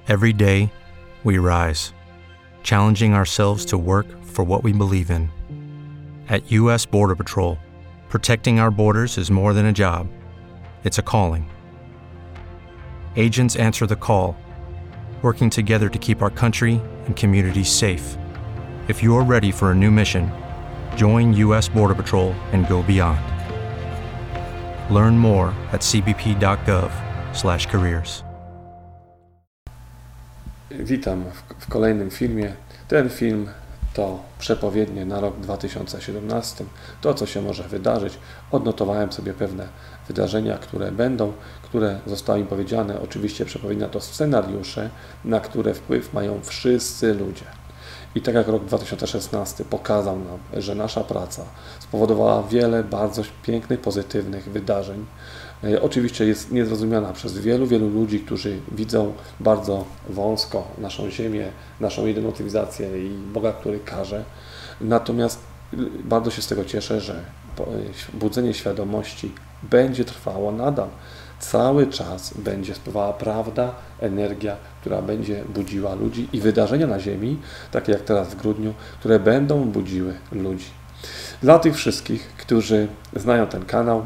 Every day, we rise, challenging ourselves to work for what we believe in. At U.S. Border Patrol, protecting our borders is more than a job, it's a calling. Agents answer the call, working together to keep our country and communities safe. If you're ready for a new mission, join U.S. Border Patrol and go beyond. Learn more at cbp.gov/careers. Witam w kolejnym filmie. Ten film to przepowiednie na rok 2017. To, co się może wydarzyć. Odnotowałem sobie pewne wydarzenia, które będą, które zostały mi powiedziane. Oczywiście przepowiednia to scenariusze, na które wpływ mają wszyscy ludzie. I tak jak rok 2016 pokazał nam, że nasza praca spowodowała wiele bardzo pięknych, pozytywnych wydarzeń, oczywiście jest niezrozumiana przez wielu ludzi, którzy widzą bardzo wąsko naszą Ziemię, naszą jedyną cywilizację i Boga, który karze. Natomiast bardzo się z tego cieszę, że budzenie świadomości będzie trwało nadal. Cały czas będzie spływała prawda, energia, która będzie budziła ludzi i wydarzenia na Ziemi, takie jak teraz w grudniu, które będą budziły ludzi. Dla tych wszystkich, którzy znają ten kanał,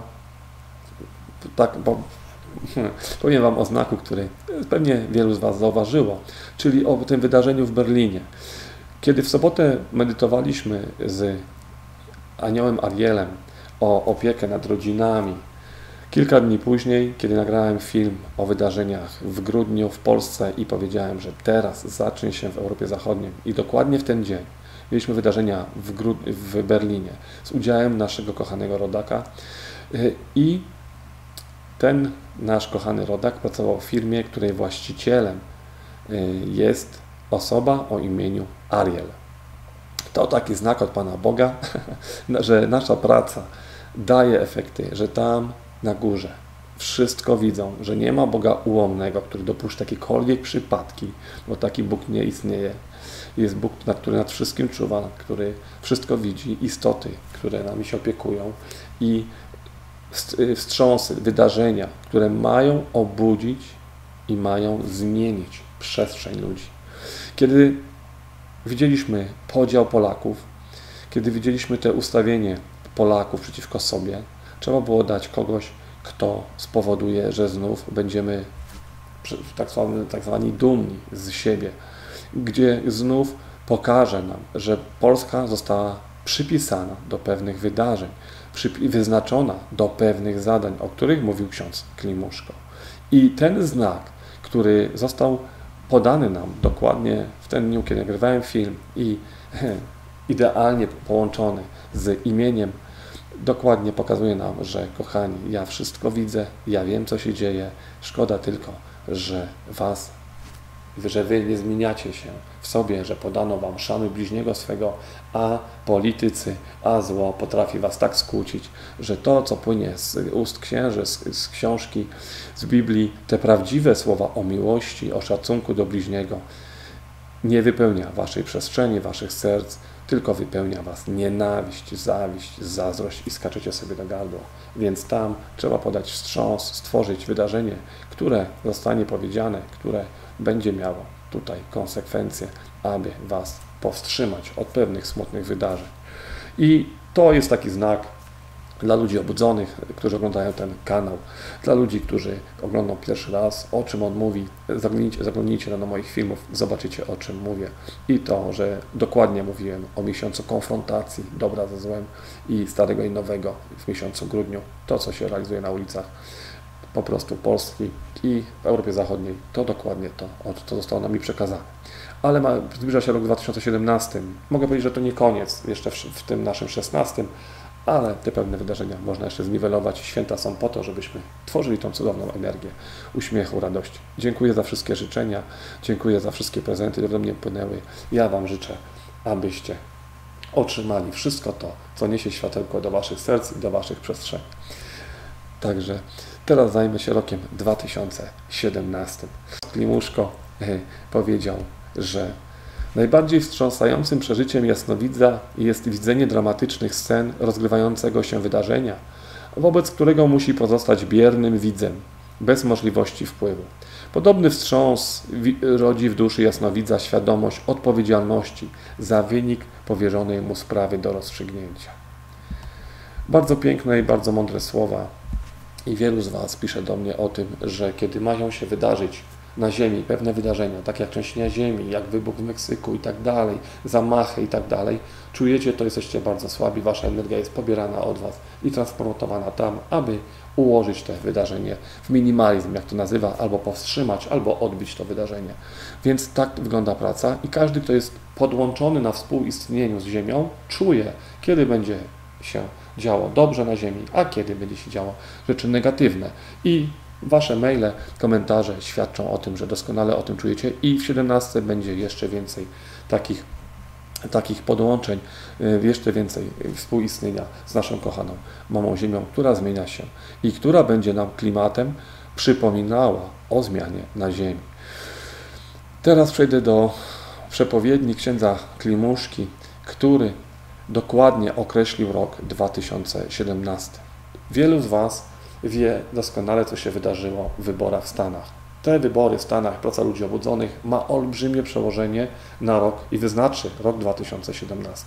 tak, bo powiem Wam o znaku, który pewnie wielu z Was zauważyło, czyli o tym wydarzeniu w Berlinie. Kiedy w sobotę medytowaliśmy z aniołem Arielem o opiekę nad rodzinami, kilka dni później, kiedy nagrałem film o wydarzeniach w grudniu w Polsce i powiedziałem, że teraz zacznie się w Europie Zachodniej i dokładnie w ten dzień mieliśmy wydarzenia w Berlinie z udziałem naszego kochanego rodaka i ten nasz kochany rodak pracował w firmie, której właścicielem jest osoba o imieniu Ariel. To taki znak od Pana Boga, że nasza praca daje efekty, że tam na górze wszystko widzą, że nie ma Boga ułomnego, który dopuszcza jakiekolwiek przypadki, bo taki Bóg nie istnieje. Jest Bóg, który nad wszystkim czuwa, który wszystko widzi, istoty, które nami się opiekują i wstrząsy, wydarzenia, które mają obudzić i mają zmienić przestrzeń ludzi. Kiedy widzieliśmy podział Polaków, kiedy widzieliśmy to ustawienie Polaków przeciwko sobie, trzeba było dać kogoś, kto spowoduje, że znów będziemy tak zwani dumni z siebie, gdzie znów pokaże nam, że Polska została przypisana do pewnych wydarzeń, wyznaczona do pewnych zadań, o których mówił ksiądz Klimuszko. I ten znak, który został podany nam dokładnie w ten dniu, kiedy nagrywałem film i idealnie połączony z imieniem, dokładnie pokazuje nam, że kochani, ja wszystko widzę, ja wiem, co się dzieje, szkoda tylko, że wy nie zmieniacie się w sobie, że podano wam szanuj bliźniego swego, a politycy, a zło potrafi was tak skłócić, że to, co płynie z ust księży, z książki, z Biblii, te prawdziwe słowa o miłości, o szacunku do bliźniego, nie wypełnia waszej przestrzeni, waszych serc, tylko wypełnia was nienawiść, zawiść, zazdrość i skaczecie sobie do gardła. Więc tam trzeba podać wstrząs, stworzyć wydarzenie, które zostanie powiedziane, które będzie miało tutaj konsekwencje, aby was powstrzymać od pewnych smutnych wydarzeń. I to jest taki znak dla ludzi obudzonych, którzy oglądają ten kanał, dla ludzi, którzy oglądają pierwszy raz, o czym on mówi, zaglądnijcie do moich filmów, zobaczycie, o czym mówię. I to, że dokładnie mówiłem o miesiącu konfrontacji dobra ze złem i starego i nowego w miesiącu grudniu, to, co się realizuje na ulicach po prostu Polski i w Europie Zachodniej, to dokładnie to, co zostało nam przekazane. Ale zbliża się rok 2017. Mogę powiedzieć, że to nie koniec jeszcze w tym naszym 16, ale te pewne wydarzenia można jeszcze zniwelować. Święta są po to, żebyśmy tworzyli tą cudowną energię uśmiechu, radości. Dziękuję za wszystkie życzenia, dziękuję za wszystkie prezenty, które do mnie płynęły. Ja Wam życzę, abyście otrzymali wszystko to, co niesie światełko do Waszych serc i do Waszych przestrzeni. Także teraz zajmę się rokiem 2017. Klimuszko powiedział, że najbardziej wstrząsającym przeżyciem jasnowidza jest widzenie dramatycznych scen rozgrywającego się wydarzenia, wobec którego musi pozostać biernym widzem. bez możliwości wpływu. Podobny wstrząs rodzi w duszy jasnowidza świadomość odpowiedzialności za wynik powierzonej mu sprawy do rozstrzygnięcia. Bardzo piękne i bardzo mądre słowa i wielu z Was pisze do mnie o tym, że kiedy mają się wydarzyć na Ziemi pewne wydarzenia, tak jak trzęsienia ziemi, jak wybuch w Meksyku i tak dalej, zamachy i tak dalej, czujecie to, jesteście bardzo słabi, Wasza energia jest pobierana od Was i transportowana tam, aby ułożyć to wydarzenie w minimalizm, jak to nazywa, albo powstrzymać, albo odbić to wydarzenie. Więc tak wygląda praca i każdy, kto jest podłączony na współistnieniu z Ziemią, czuje, kiedy będzie się działo dobrze na Ziemi, a kiedy będzie się działo rzeczy negatywne. I Wasze maile, komentarze świadczą o tym, że doskonale o tym czujecie i w 17 będzie jeszcze więcej takich podłączeń, jeszcze więcej współistnienia z naszą kochaną Mamą Ziemią, która zmienia się i która będzie nam klimatem przypominała o zmianie na Ziemi. Teraz przejdę do przepowiedni księdza Klimuszki, który dokładnie określił rok 2017. Wielu z Was wie doskonale, co się wydarzyło w wyborach w Stanach. Te wybory w Stanach, praca ludzi obudzonych ma olbrzymie przełożenie na rok i wyznaczy rok 2017.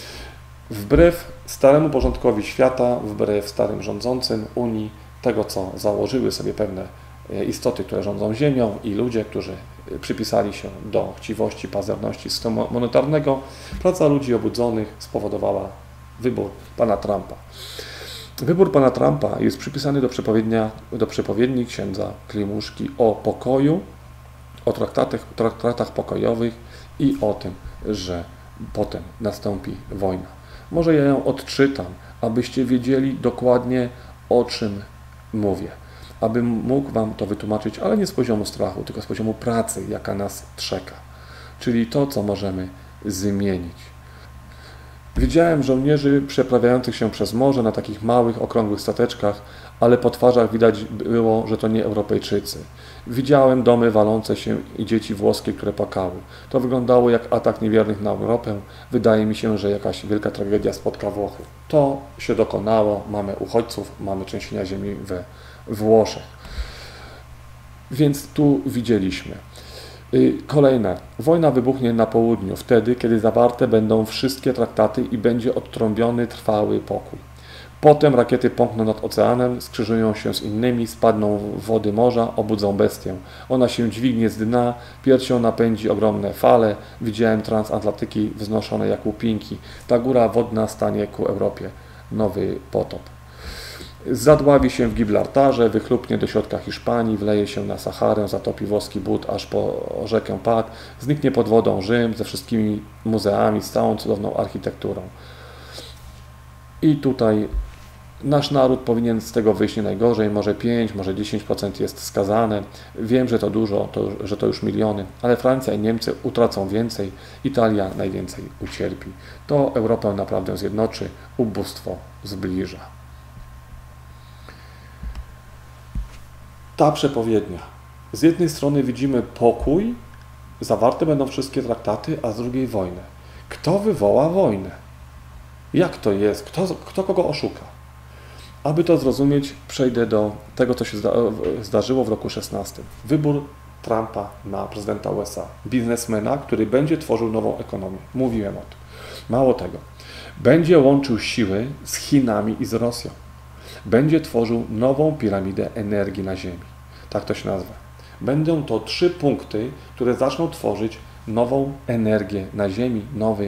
Wbrew staremu porządkowi świata, wbrew starym rządzącym Unii, tego co założyły sobie pewne istoty, które rządzą Ziemią i ludzie, którzy przypisali się do chciwości, pazerności systemu monetarnego, praca ludzi obudzonych spowodowała wybór pana Trumpa. Wybór pana Trumpa jest przypisany do przepowiedni księdza Klimuszki o pokoju, o traktatach pokojowych i o tym, że potem nastąpi wojna. Może ja ją odczytam, abyście wiedzieli dokładnie, o czym mówię. Abym mógł Wam to wytłumaczyć, ale nie z poziomu strachu, tylko z poziomu pracy, jaka nas czeka. Czyli to, co możemy zmienić. Widziałem żołnierzy przeprawiających się przez morze na takich małych, okrągłych stateczkach, ale po twarzach widać było, że to nie Europejczycy. Widziałem domy walące się i dzieci włoskie, które płakały. To wyglądało jak atak niewiernych na Europę. Wydaje mi się, że jakaś wielka tragedia spotka Włochy. To się dokonało. Mamy uchodźców, mamy trzęsienia ziemi we Włoszech. Więc tu widzieliśmy. Kolejne. Wojna wybuchnie na południu, wtedy, kiedy zawarte będą wszystkie traktaty i będzie odtrąbiony trwały pokój. Potem rakiety pomkną nad oceanem, skrzyżują się z innymi, spadną w wody morza, obudzą bestię. Ona się dźwignie z dna, piersią napędzi ogromne fale. Widziałem transatlantyki wznoszone jak łupinki. Ta góra wodna stanie ku Europie. Nowy potop. Zadławi się w Gibraltarze, wychlupnie do środka Hiszpanii, wleje się na Saharę, zatopi włoski but aż po rzekę Pad, zniknie pod wodą Rzym ze wszystkimi muzeami, z całą cudowną architekturą. I tutaj nasz naród powinien z tego wyjść nie najgorzej, może 5, może 10% jest skazane. Wiem, że to dużo, że to już miliony, ale Francja i Niemcy utracą więcej, Italia najwięcej ucierpi. To Europę naprawdę zjednoczy, ubóstwo zbliża. Ta przepowiednia. Z jednej strony widzimy pokój, zawarte będą wszystkie traktaty, a z drugiej wojnę. Kto wywoła wojnę? Jak to jest? Kto kogo oszuka? Aby to zrozumieć, przejdę do tego, co się zdarzyło w roku 16. Wybór Trumpa na prezydenta USA. Biznesmena, który będzie tworzył nową ekonomię. Mówiłem o tym. Mało tego. Będzie łączył siły z Chinami i z Rosją. Będzie tworzył nową piramidę energii na Ziemi. Tak to się nazwa. Będą to 3 punkty, które zaczną tworzyć nową energię na Ziemi,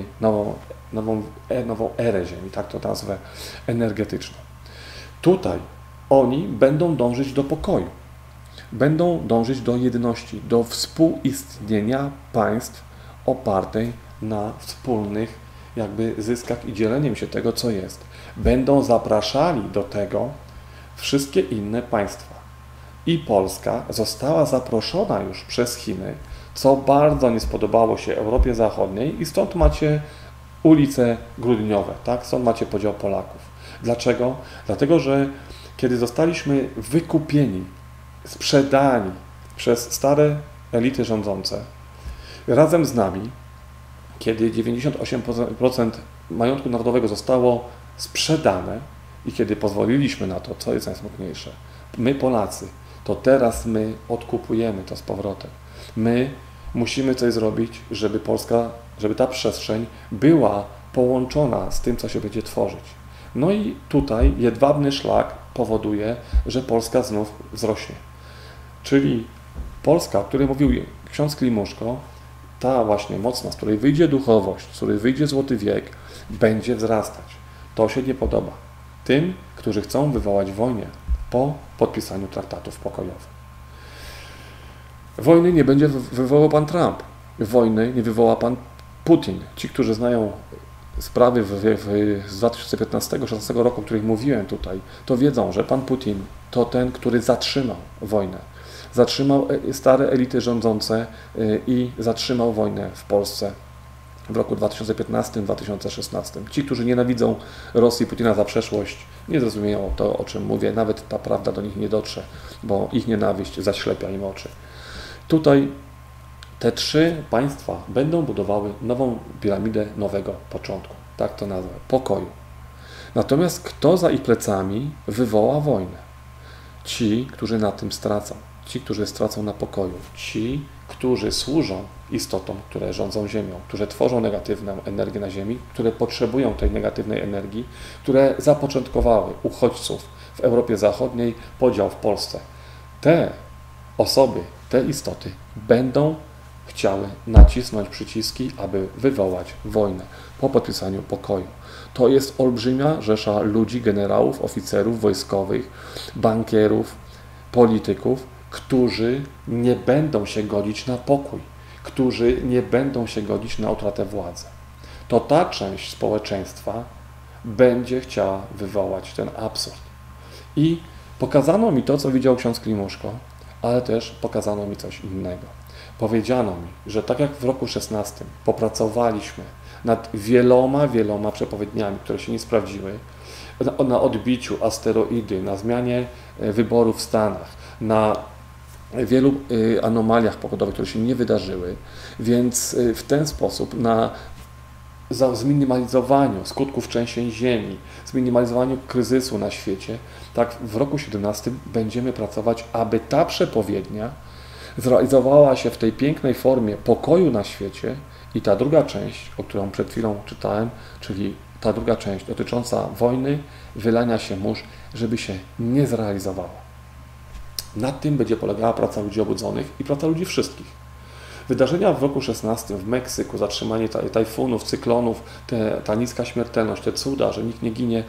nową erę Ziemi, tak to nazwę, energetyczną. Tutaj oni będą dążyć do pokoju. Będą dążyć do jedności, do współistnienia państw opartej na wspólnych zyskach i dzieleniem się tego, co jest. Będą zapraszali do tego wszystkie inne państwa. I Polska została zaproszona już przez Chiny, co bardzo nie spodobało się Europie Zachodniej i stąd macie ulice grudniowe, tak? Stąd macie podział Polaków. Dlaczego? Dlatego, że kiedy zostaliśmy wykupieni, sprzedani przez stare elity rządzące, razem z nami, kiedy 98% majątku narodowego zostało sprzedane i kiedy pozwoliliśmy na to, co jest najsmutniejsze, my Polacy to teraz my odkupujemy to z powrotem. My musimy coś zrobić, żeby żeby ta przestrzeń była połączona z tym, co się będzie tworzyć. No i tutaj jedwabny szlak powoduje, że Polska znów wzrośnie. Czyli Polska, o której mówił ksiądz Klimuszko, ta właśnie mocna, z której wyjdzie duchowość, z której wyjdzie złoty wiek, będzie wzrastać. To się nie podoba tym, którzy chcą wywołać wojnę po podpisaniu traktatów pokojowych. Wojny nie będzie wywołał pan Trump. Wojny nie wywoła pan Putin. Ci, którzy znają sprawy z 2015-2016 roku, o których mówiłem tutaj, to wiedzą, że pan Putin to ten, który zatrzymał wojnę. Zatrzymał stare elity rządzące i zatrzymał wojnę w Polsce w roku 2015-2016. Ci, którzy nienawidzą Rosji i Putina za przeszłość, nie zrozumieją to, o czym mówię. Nawet ta prawda do nich nie dotrze, bo ich nienawiść zaślepia im oczy. Tutaj te trzy państwa będą budowały nową piramidę nowego początku. Tak to nazwę. Pokoju. Natomiast kto za ich plecami wywoła wojnę? Ci, którzy na tym stracą. Ci, którzy stracą na pokoju. Ci, którzy służą istotom, które rządzą Ziemią, którzy tworzą negatywną energię na Ziemi, które potrzebują tej negatywnej energii, które zapoczątkowały uchodźców w Europie Zachodniej, podział w Polsce. Te osoby, te istoty będą chciały nacisnąć przyciski, aby wywołać wojnę po podpisaniu pokoju. To jest olbrzymia rzesza ludzi, generałów, oficerów wojskowych, bankierów, polityków, którzy nie będą się godzić na pokój, którzy nie będą się godzić na utratę władzy. To ta część społeczeństwa będzie chciała wywołać ten absurd. I pokazano mi to, co widział ksiądz Klimuszko, ale też pokazano mi coś innego. Powiedziano mi, że tak jak w roku 16 popracowaliśmy nad wieloma przepowiedniami, które się nie sprawdziły, na odbiciu asteroidy, na zmianie wyborów w Stanach, na wielu anomaliach pogodowych, które się nie wydarzyły, więc w ten sposób na zminimalizowaniu skutków trzęsień ziemi, zminimalizowaniu kryzysu na świecie, tak w roku 17 będziemy pracować, aby ta przepowiednia zrealizowała się w tej pięknej formie pokoju na świecie i ta druga część, o którą przed chwilą czytałem, czyli ta druga część dotycząca wojny, wylania się mórz, żeby się nie zrealizowała. Nad tym będzie polegała praca ludzi obudzonych i praca ludzi wszystkich. Wydarzenia w roku 16 w Meksyku, zatrzymanie tajfunów, cyklonów, ta niska śmiertelność, te cuda, że nikt nie ginie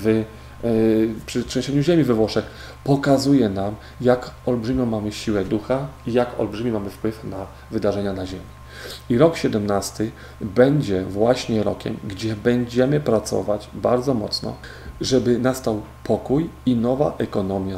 przy trzęsieniu ziemi we Włoszech, pokazuje nam, jak olbrzymią mamy siłę ducha i jak olbrzymi mamy wpływ na wydarzenia na ziemi. I rok 17 będzie właśnie rokiem, gdzie będziemy pracować bardzo mocno, żeby nastał pokój i nowa ekonomia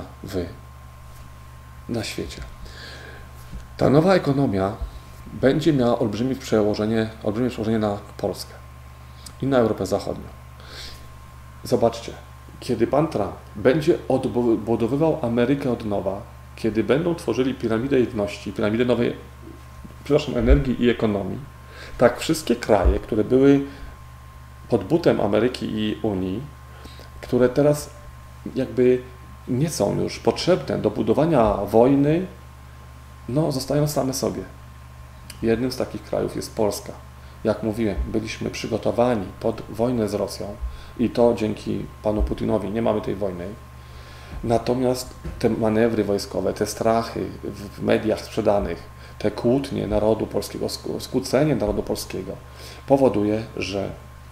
na świecie. Ta nowa ekonomia będzie miała olbrzymie przełożenie na Polskę i na Europę Zachodnią. Zobaczcie, kiedy pan Trump będzie odbudowywał Amerykę od nowa, kiedy będą tworzyli piramidę jedności, piramidę energii i ekonomii, tak wszystkie kraje, które były pod butem Ameryki i Unii, które teraz jakby nie są już potrzebne do budowania wojny, zostają same sobie. Jednym z takich krajów jest Polska. Jak mówiłem, byliśmy przygotowani pod wojnę z Rosją i to dzięki panu Putinowi nie mamy tej wojny. Natomiast te manewry wojskowe, te strachy w mediach sprzedanych, te kłótnie narodu polskiego, skłócenie narodu polskiego powoduje, że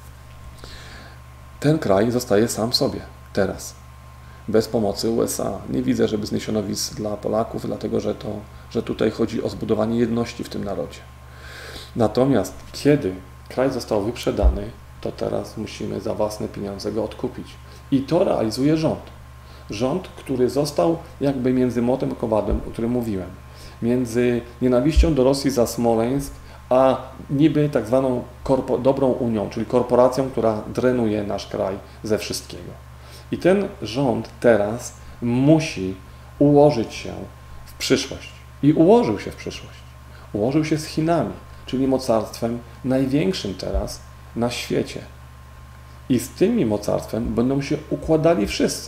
ten kraj zostaje sam sobie teraz, bez pomocy USA. Nie widzę, żeby zniesiono wiz dla Polaków, dlatego że tutaj chodzi o zbudowanie jedności w tym narodzie. Natomiast kiedy kraj został wyprzedany, to teraz musimy za własne pieniądze go odkupić. I to realizuje rząd. Rząd, który został jakby między młotem a kowadłem, o którym mówiłem. Między nienawiścią do Rosji za Smoleńsk, a niby tak zwaną dobrą Unią, czyli korporacją, która drenuje nasz kraj ze wszystkiego. I ten rząd teraz musi ułożyć się w przyszłość. I ułożył się w przyszłość. Ułożył się z Chinami, czyli mocarstwem największym teraz na świecie. I z tym mocarstwem będą się układali wszyscy.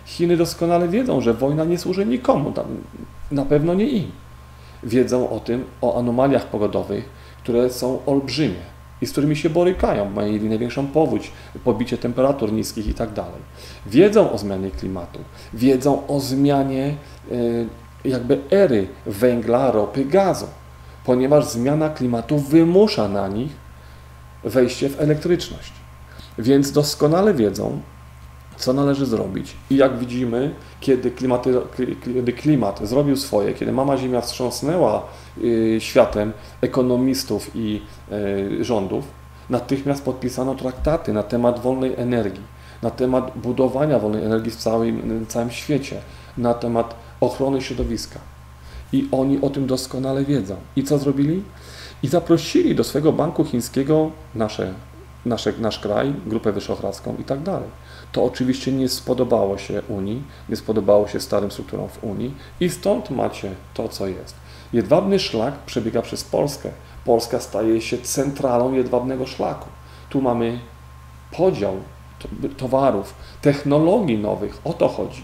Chiny doskonale wiedzą, że wojna nie służy nikomu, na pewno nie im. Wiedzą o tym, o anomaliach pogodowych, które są olbrzymie i z którymi się borykają, mieli największą powódź, pobicie temperatur niskich i tak dalej. Wiedzą o zmianie klimatu, wiedzą o zmianie jakby ery węgla, ropy, gazu, ponieważ zmiana klimatu wymusza na nich wejście w elektryczność. Więc doskonale wiedzą, co należy zrobić. I jak widzimy, kiedy klimat zrobił swoje, kiedy mama Ziemia wstrząsnęła światem ekonomistów i rządów, natychmiast podpisano traktaty na temat wolnej energii, na temat budowania wolnej energii w całym świecie, na temat ochrony środowiska. I oni o tym doskonale wiedzą. I co zrobili? I zaprosili do swojego banku chińskiego nasz kraj, Grupę Wyszehradzką i tak dalej. To oczywiście nie spodobało się Unii, nie spodobało się starym strukturom w Unii i stąd macie to, co jest. Jedwabny szlak przebiega przez Polskę. Polska staje się centralą jedwabnego szlaku. Tu mamy podział towarów, technologii nowych, o to chodzi.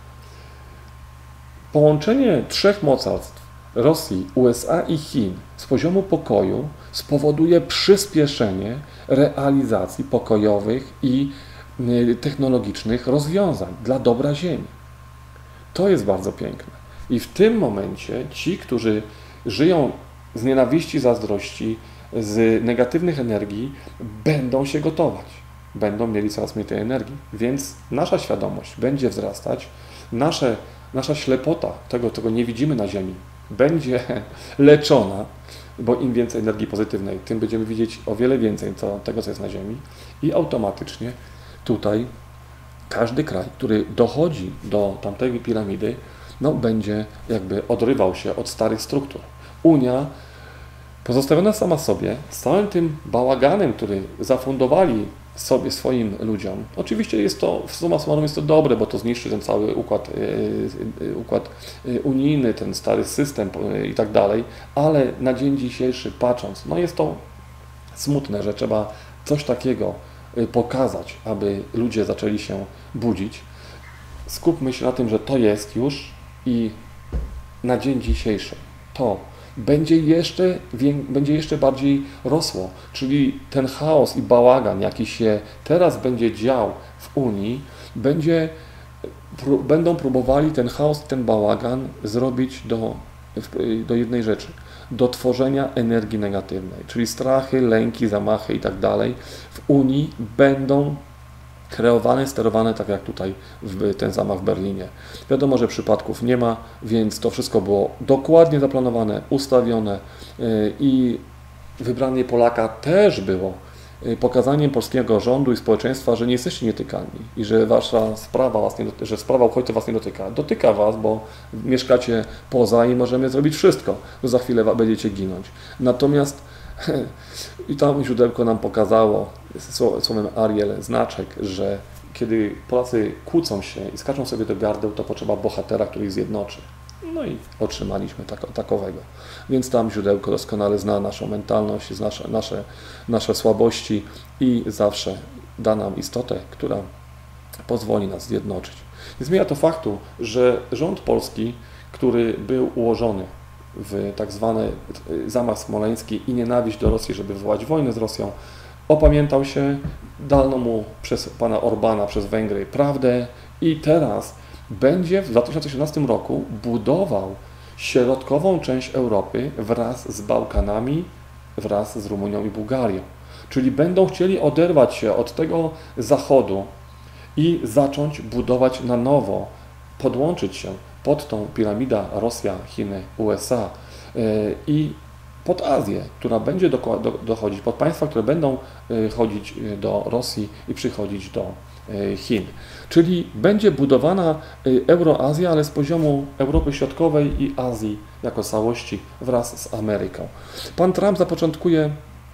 Połączenie trzech mocarstw, Rosji, USA i Chin z poziomu pokoju spowoduje przyspieszenie realizacji pokojowych i technologicznych rozwiązań dla dobra Ziemi. To jest bardzo piękne. I w tym momencie ci, którzy żyją z nienawiści, zazdrości, z negatywnych energii, będą się gotować. Będą mieli coraz mniej tej energii. Więc nasza świadomość będzie wzrastać, nasza ślepota, tego nie widzimy na Ziemi, będzie leczona, bo im więcej energii pozytywnej, tym będziemy widzieć o wiele więcej tego, co jest na Ziemi i automatycznie tutaj każdy kraj, który dochodzi do tamtej piramidy, będzie jakby odrywał się od starych struktur. Unia pozostawiona sama sobie, z całym tym bałaganem, który zafundowali sobie, swoim ludziom. Oczywiście jest to, summa summarum jest to dobre, bo to zniszczy ten cały układ unijny, ten stary system i tak dalej, ale na dzień dzisiejszy patrząc, jest to smutne, że trzeba coś takiego pokazać, aby ludzie zaczęli się budzić. Skupmy się na tym, że to jest już i na dzień dzisiejszy to będzie jeszcze bardziej rosło, czyli ten chaos i bałagan, jaki się teraz będzie dział w Unii, będą próbowali ten chaos i ten bałagan zrobić do jednej rzeczy, do tworzenia energii negatywnej, czyli strachy, lęki, zamachy i tak dalej w Unii będą kreowane, sterowane tak jak tutaj ten zamach w Berlinie. Wiadomo, że przypadków nie ma, więc to wszystko było dokładnie zaplanowane, ustawione i wybranie Polaka też było pokazaniem polskiego rządu i społeczeństwa, że nie jesteście nietykalni i że wasza sprawa że sprawa uchodźców was nie dotyka. Dotyka was, bo mieszkacie poza i możemy zrobić wszystko, że za chwilę będziecie ginąć. Natomiast i tam źródełko nam pokazało, słowem Ariel, znaczek, że kiedy Polacy kłócą się i skaczą sobie do gardeł, to potrzeba bohatera, który ich zjednoczy. No i otrzymaliśmy takowego. Więc tam źródełko doskonale zna naszą mentalność, nasze słabości i zawsze da nam istotę, która pozwoli nas zjednoczyć. Nie zmienia to faktu, że rząd polski, który był ułożony w tak zwany zamach smoleński i nienawiść do Rosji, żeby wywołać wojnę z Rosją, opamiętał się, dano mu przez pana Orbana, przez Węgry prawdę i teraz będzie w 2018 roku budował środkową część Europy wraz z Bałkanami, wraz z Rumunią i Bułgarią. Czyli będą chcieli oderwać się od tego Zachodu i zacząć budować na nowo, podłączyć się pod tą piramidę Rosja, Chiny, USA i pod Azję, która będzie dochodzić, pod państwa, które będą chodzić do Rosji i przychodzić do Chin. Czyli będzie budowana Euroazja, ale z poziomu Europy Środkowej i Azji jako całości wraz z Ameryką. Pan Trump zapoczątkuje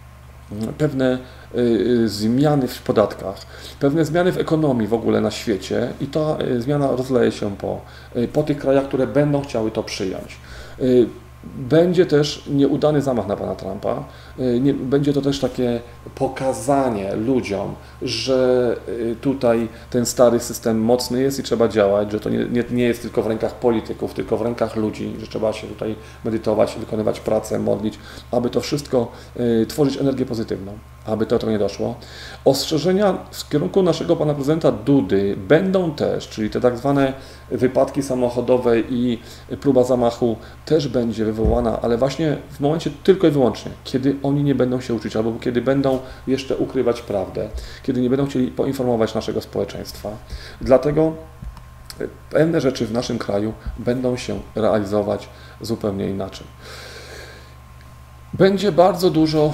pewne zmiany w podatkach, pewne zmiany w ekonomii w ogóle na świecie i ta zmiana rozleje się po tych krajach, które będą chciały to przyjąć. Będzie też nieudany zamach na pana Trumpa. Będzie to też takie pokazanie ludziom, że tutaj ten stary system mocny jest i trzeba działać, że to nie jest tylko w rękach polityków, tylko w rękach ludzi, że trzeba się tutaj medytować, wykonywać pracę, modlić, aby to wszystko tworzyć energię pozytywną, aby do tego nie doszło. Ostrzeżenia w kierunku naszego pana prezydenta Dudy będą też, czyli te tak zwane wypadki samochodowe i próba zamachu też będzie wywołana, ale właśnie w momencie tylko i wyłącznie, kiedy oni nie będą się uczyć, albo kiedy będą jeszcze ukrywać prawdę, kiedy nie będą chcieli poinformować naszego społeczeństwa. Dlatego pewne rzeczy w naszym kraju będą się realizować zupełnie inaczej. Będzie bardzo dużo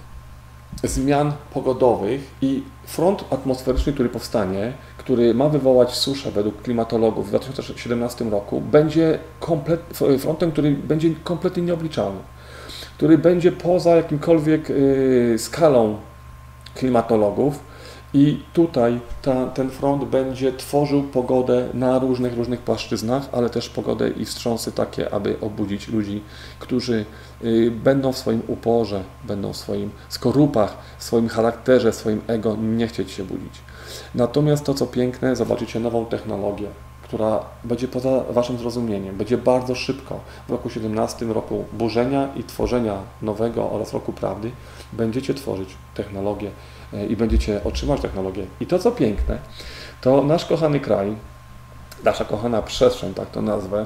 zmian pogodowych i front atmosferyczny, który powstanie, który ma wywołać suszę według klimatologów w 2017 roku, będzie frontem, który będzie kompletnie nieobliczalny, który będzie poza jakimkolwiek skalą klimatologów i tutaj ten front będzie tworzył pogodę na różnych płaszczyznach, ale też pogodę i wstrząsy takie, aby obudzić ludzi, którzy będą w swoim uporze, będą w swoim skorupach, w swoim charakterze, w swoim ego nie chcieć się budzić. Natomiast to, co piękne, zobaczycie nową technologię, która będzie poza waszym zrozumieniem, będzie bardzo szybko. W roku 17, roku burzenia i tworzenia nowego oraz roku prawdy, będziecie tworzyć technologię i będziecie otrzymać technologię. I to, co piękne, to nasz kochany kraj, nasza kochana przestrzeń, tak to nazwę,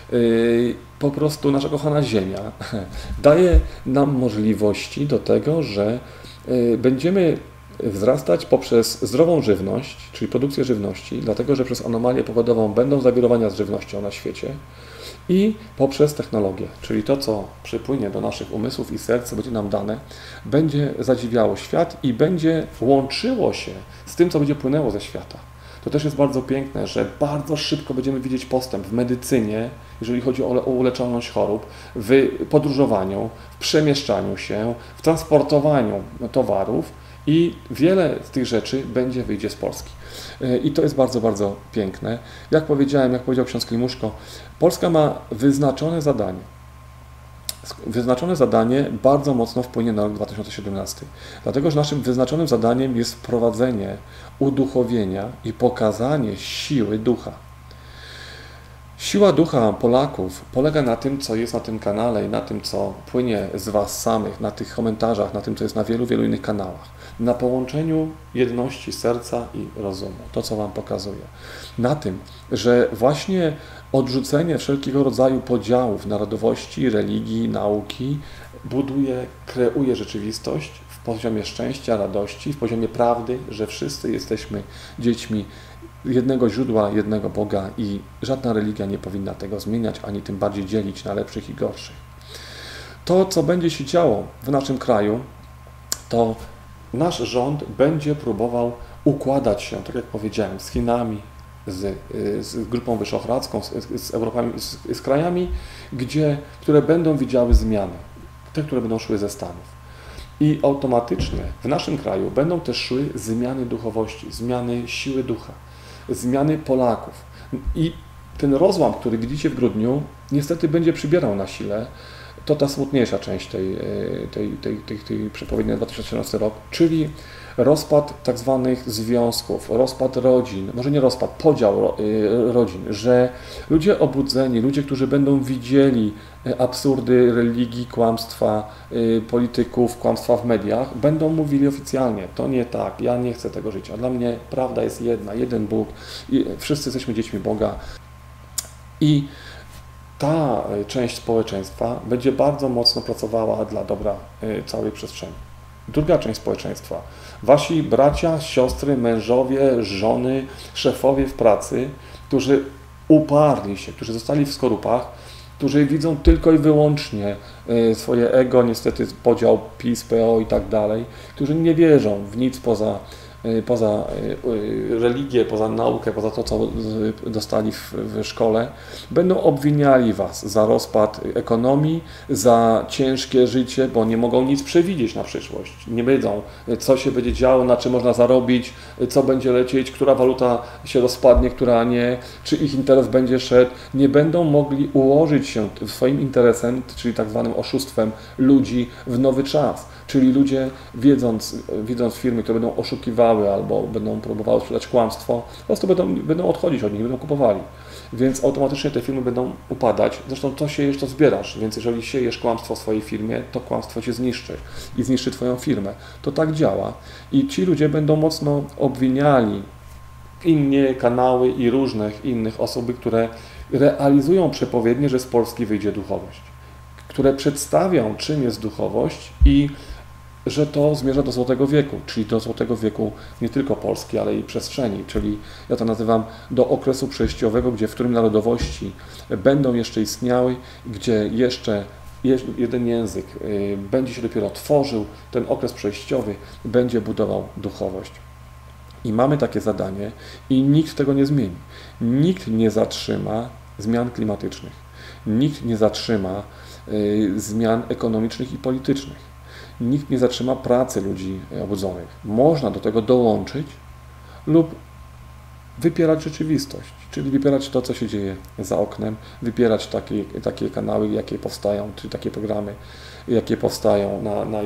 po prostu nasza kochana Ziemia daje nam możliwości do tego, że będziemy wzrastać poprzez zdrową żywność, czyli produkcję żywności, dlatego że przez anomalię pogodową będą zawirowania z żywnością na świecie i poprzez technologię, czyli to, co przypłynie do naszych umysłów i serc, co będzie nam dane, będzie zadziwiało świat i będzie łączyło się z tym, co będzie płynęło ze świata. To też jest bardzo piękne, że bardzo szybko będziemy widzieć postęp w medycynie, jeżeli chodzi o uleczalność chorób, w podróżowaniu, w przemieszczaniu się, w transportowaniu towarów i wiele z tych rzeczy wyjdzie z Polski. I to jest bardzo, bardzo piękne. Jak powiedział ksiądz Klimuszko, Polska ma wyznaczone zadanie. Wyznaczone zadanie bardzo mocno wpłynie na rok 2017. Dlatego, że naszym wyznaczonym zadaniem jest wprowadzenie uduchowienia i pokazanie siły ducha. Siła ducha Polaków polega na tym, co jest na tym kanale i na tym, co płynie z Was samych, na tych komentarzach, na tym, co jest na wielu, wielu innych kanałach. Na połączeniu jedności serca i rozumu. To, co Wam pokazuję. Na tym, że właśnie odrzucenie wszelkiego rodzaju podziałów narodowości, religii, nauki kreuje rzeczywistość w poziomie szczęścia, radości, w poziomie prawdy, że wszyscy jesteśmy dziećmi jednego źródła, jednego Boga i żadna religia nie powinna tego zmieniać, ani tym bardziej dzielić na lepszych i gorszych. To, co będzie się działo w naszym kraju, to nasz rząd będzie próbował układać się, tak jak powiedziałem, z Chinami, z Grupą Wyszehradzką, z krajami, które będą widziały zmiany, te, które będą szły ze Stanów. I automatycznie w naszym kraju będą też szły zmiany duchowości, zmiany siły ducha, zmiany Polaków. I ten rozłam, który widzicie w grudniu, niestety będzie przybierał na sile. To ta smutniejsza część tej przepowiedni na 2017 rok, czyli rozpad tak zwanych związków, rozpad rodzin, może nie rozpad, podział rodzin, że ludzie obudzeni, ludzie, którzy będą widzieli absurdy religii, kłamstwa polityków, kłamstwa w mediach, będą mówili oficjalnie, to nie tak, ja nie chcę tego życia, dla mnie prawda jest jedna, jeden Bóg i wszyscy jesteśmy dziećmi Boga. I ta część społeczeństwa będzie bardzo mocno pracowała dla dobra całej przestrzeni. Druga część społeczeństwa, wasi bracia, siostry, mężowie, żony, szefowie w pracy, którzy uparli się, którzy zostali w skorupach, którzy widzą tylko i wyłącznie swoje ego, niestety podział PiS, PO i tak dalej, którzy nie wierzą w nic poza religię, poza naukę, poza to, co dostali w szkole, będą obwiniali Was za rozpad ekonomii, za ciężkie życie, bo nie mogą nic przewidzieć na przyszłość. Nie wiedzą, co się będzie działo, na czym można zarobić, co będzie lecieć, która waluta się rozpadnie, która nie, czy ich interes będzie szedł. Nie będą mogli ułożyć się swoim interesem, czyli tak zwanym oszustwem ludzi w nowy czas. Czyli ludzie, widząc firmy, które będą oszukiwały albo będą próbowały sprzedać kłamstwo, po prostu będą odchodzić od nich, będą kupowali. Więc automatycznie te firmy będą upadać. Zresztą to siejesz, to zbierasz. Więc jeżeli siejesz kłamstwo w swojej firmie, to kłamstwo Cię zniszczy i zniszczy Twoją firmę. To tak działa. I ci ludzie będą mocno obwiniali inne kanały i różnych innych osoby, które realizują przepowiednie, że z Polski wyjdzie duchowość. Które przedstawią, czym jest duchowość i że to zmierza do Złotego Wieku, czyli do Złotego Wieku nie tylko Polski, ale i przestrzeni, czyli ja to nazywam do okresu przejściowego, w którym narodowości będą jeszcze istniały, gdzie jeszcze jeden język będzie się dopiero tworzył, ten okres przejściowy będzie budował duchowość. I mamy takie zadanie i nikt tego nie zmieni. Nikt nie zatrzyma zmian klimatycznych. Nikt nie zatrzyma zmian ekonomicznych i politycznych. Nikt nie zatrzyma pracy ludzi obudzonych. Można do tego dołączyć lub wypierać rzeczywistość, czyli wypierać to, co się dzieje za oknem, wypierać takie kanały, jakie powstają, czy takie programy, jakie powstają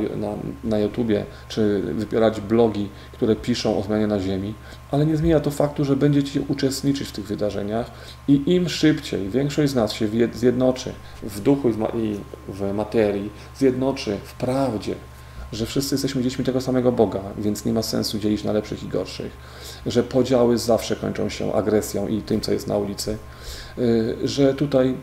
na YouTubie, czy wypierać blogi, które piszą o zmianie na Ziemi, ale nie zmienia to faktu, że będziecie uczestniczyć w tych wydarzeniach i im szybciej większość z nas się zjednoczy w duchu i w materii, zjednoczy w prawdzie, że wszyscy jesteśmy dziećmi tego samego Boga, więc nie ma sensu dzielić na lepszych i gorszych, że podziały zawsze kończą się agresją i tym, co jest na ulicy, że tutaj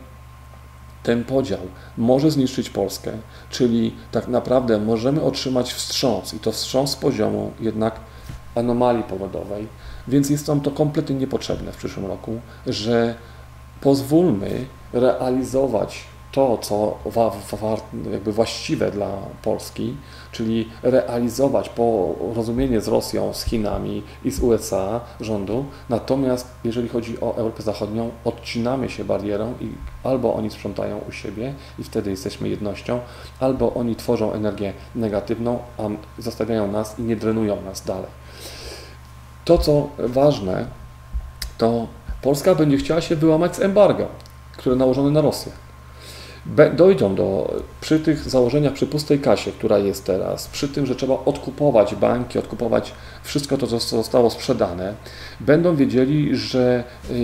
ten podział może zniszczyć Polskę, czyli tak naprawdę możemy otrzymać wstrząs i to wstrząs z poziomu jednak anomalii pogodowej, więc jest nam to kompletnie niepotrzebne w przyszłym roku, że pozwólmy realizować to, co jakby właściwe dla Polski, czyli realizować porozumienie z Rosją, z Chinami i z USA rządu. Natomiast jeżeli chodzi o Europę Zachodnią, odcinamy się barierą i albo oni sprzątają u siebie i wtedy jesteśmy jednością, albo oni tworzą energię negatywną, a zostawiają nas i nie drenują nas dalej. To, co ważne, to Polska będzie chciała się wyłamać z embarga, które nałożone na Rosję. Dojdą przy tych założeniach, przy pustej kasie, która jest teraz, przy tym, że trzeba odkupować banki, odkupować wszystko to, co zostało sprzedane, będą wiedzieli, że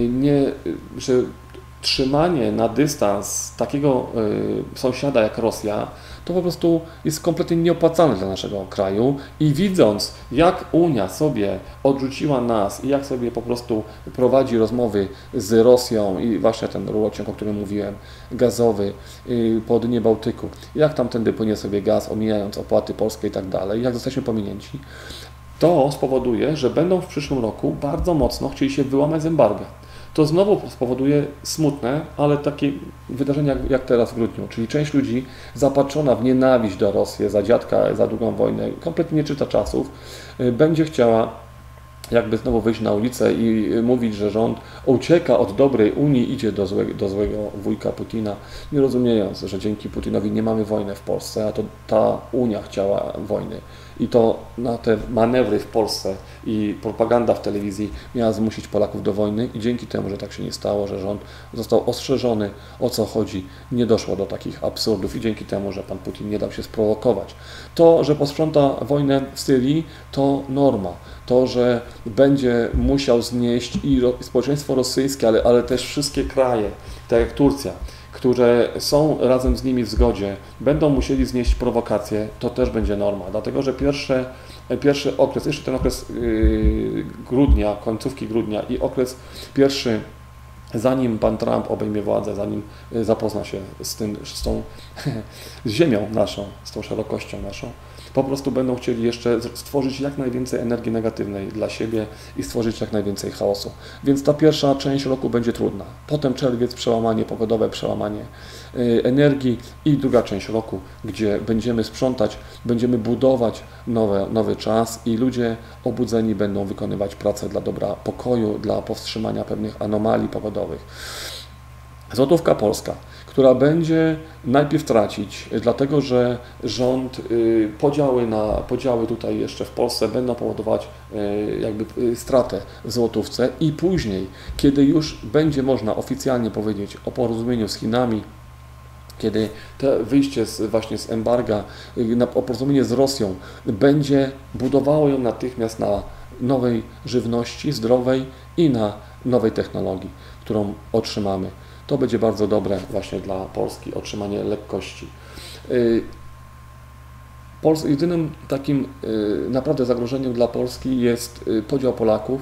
trzymanie na dystans takiego sąsiada jak Rosja, to po prostu jest kompletnie nieopłacalne dla naszego kraju i widząc, jak Unia sobie odrzuciła nas i jak sobie po prostu prowadzi rozmowy z Rosją i właśnie ten rurociąg, o którym mówiłem, gazowy po dnie Bałtyku, jak tamtędy płynie sobie gaz, omijając opłaty polskie i tak dalej, jak zostaliśmy pominięci, to spowoduje, że będą w przyszłym roku bardzo mocno chcieli się wyłamać z embarga. To znowu spowoduje smutne, ale takie wydarzenia jak teraz w grudniu, czyli część ludzi zapatrzona w nienawiść do Rosji, za dziadka, za drugą wojnę, kompletnie nie czyta czasów, będzie chciała jakby znowu wyjść na ulicę i mówić, że rząd ucieka od dobrej Unii, idzie do złego wujka Putina, nie rozumiejąc, że dzięki Putinowi nie mamy wojny w Polsce, a to ta Unia chciała wojny. I to na te manewry w Polsce i propaganda w telewizji miała zmusić Polaków do wojny i dzięki temu, że tak się nie stało, że rząd został ostrzeżony, o co chodzi, nie doszło do takich absurdów i dzięki temu, że pan Putin nie dał się sprowokować. To, że posprząta wojnę w Syrii, to norma. To, że będzie musiał znieść i społeczeństwo rosyjskie, ale też wszystkie kraje, tak jak Turcja, które są razem z nimi w zgodzie, będą musieli znieść prowokacje, to też będzie norma. Dlatego, że pierwszy okres, jeszcze ten okres grudnia, końcówki grudnia i okres pierwszy zanim pan Trump obejmie władzę, zanim zapozna się z ziemią naszą, z tą szerokością naszą, po prostu będą chcieli jeszcze stworzyć jak najwięcej energii negatywnej dla siebie i stworzyć jak najwięcej chaosu. Więc ta pierwsza część roku będzie trudna. Potem czerwiec, przełamanie pogodowe, przełamanie energii i druga część roku, gdzie będziemy sprzątać, będziemy budować nowy czas i ludzie obudzeni będą wykonywać pracę dla dobra pokoju, dla powstrzymania pewnych anomalii pogodowych. Złotówka polska, która będzie najpierw tracić, dlatego że rząd, podziały tutaj jeszcze w Polsce będą powodować jakby stratę w złotówce i później, kiedy już będzie można oficjalnie powiedzieć o porozumieniu z Chinami, kiedy to wyjście właśnie z embarga, o porozumienie z Rosją będzie budowało ją natychmiast na nowej żywności zdrowej i na nowej technologii, którą otrzymamy. To będzie bardzo dobre właśnie dla Polski, otrzymanie lekkości. Jedynym takim naprawdę zagrożeniem dla Polski jest podział Polaków,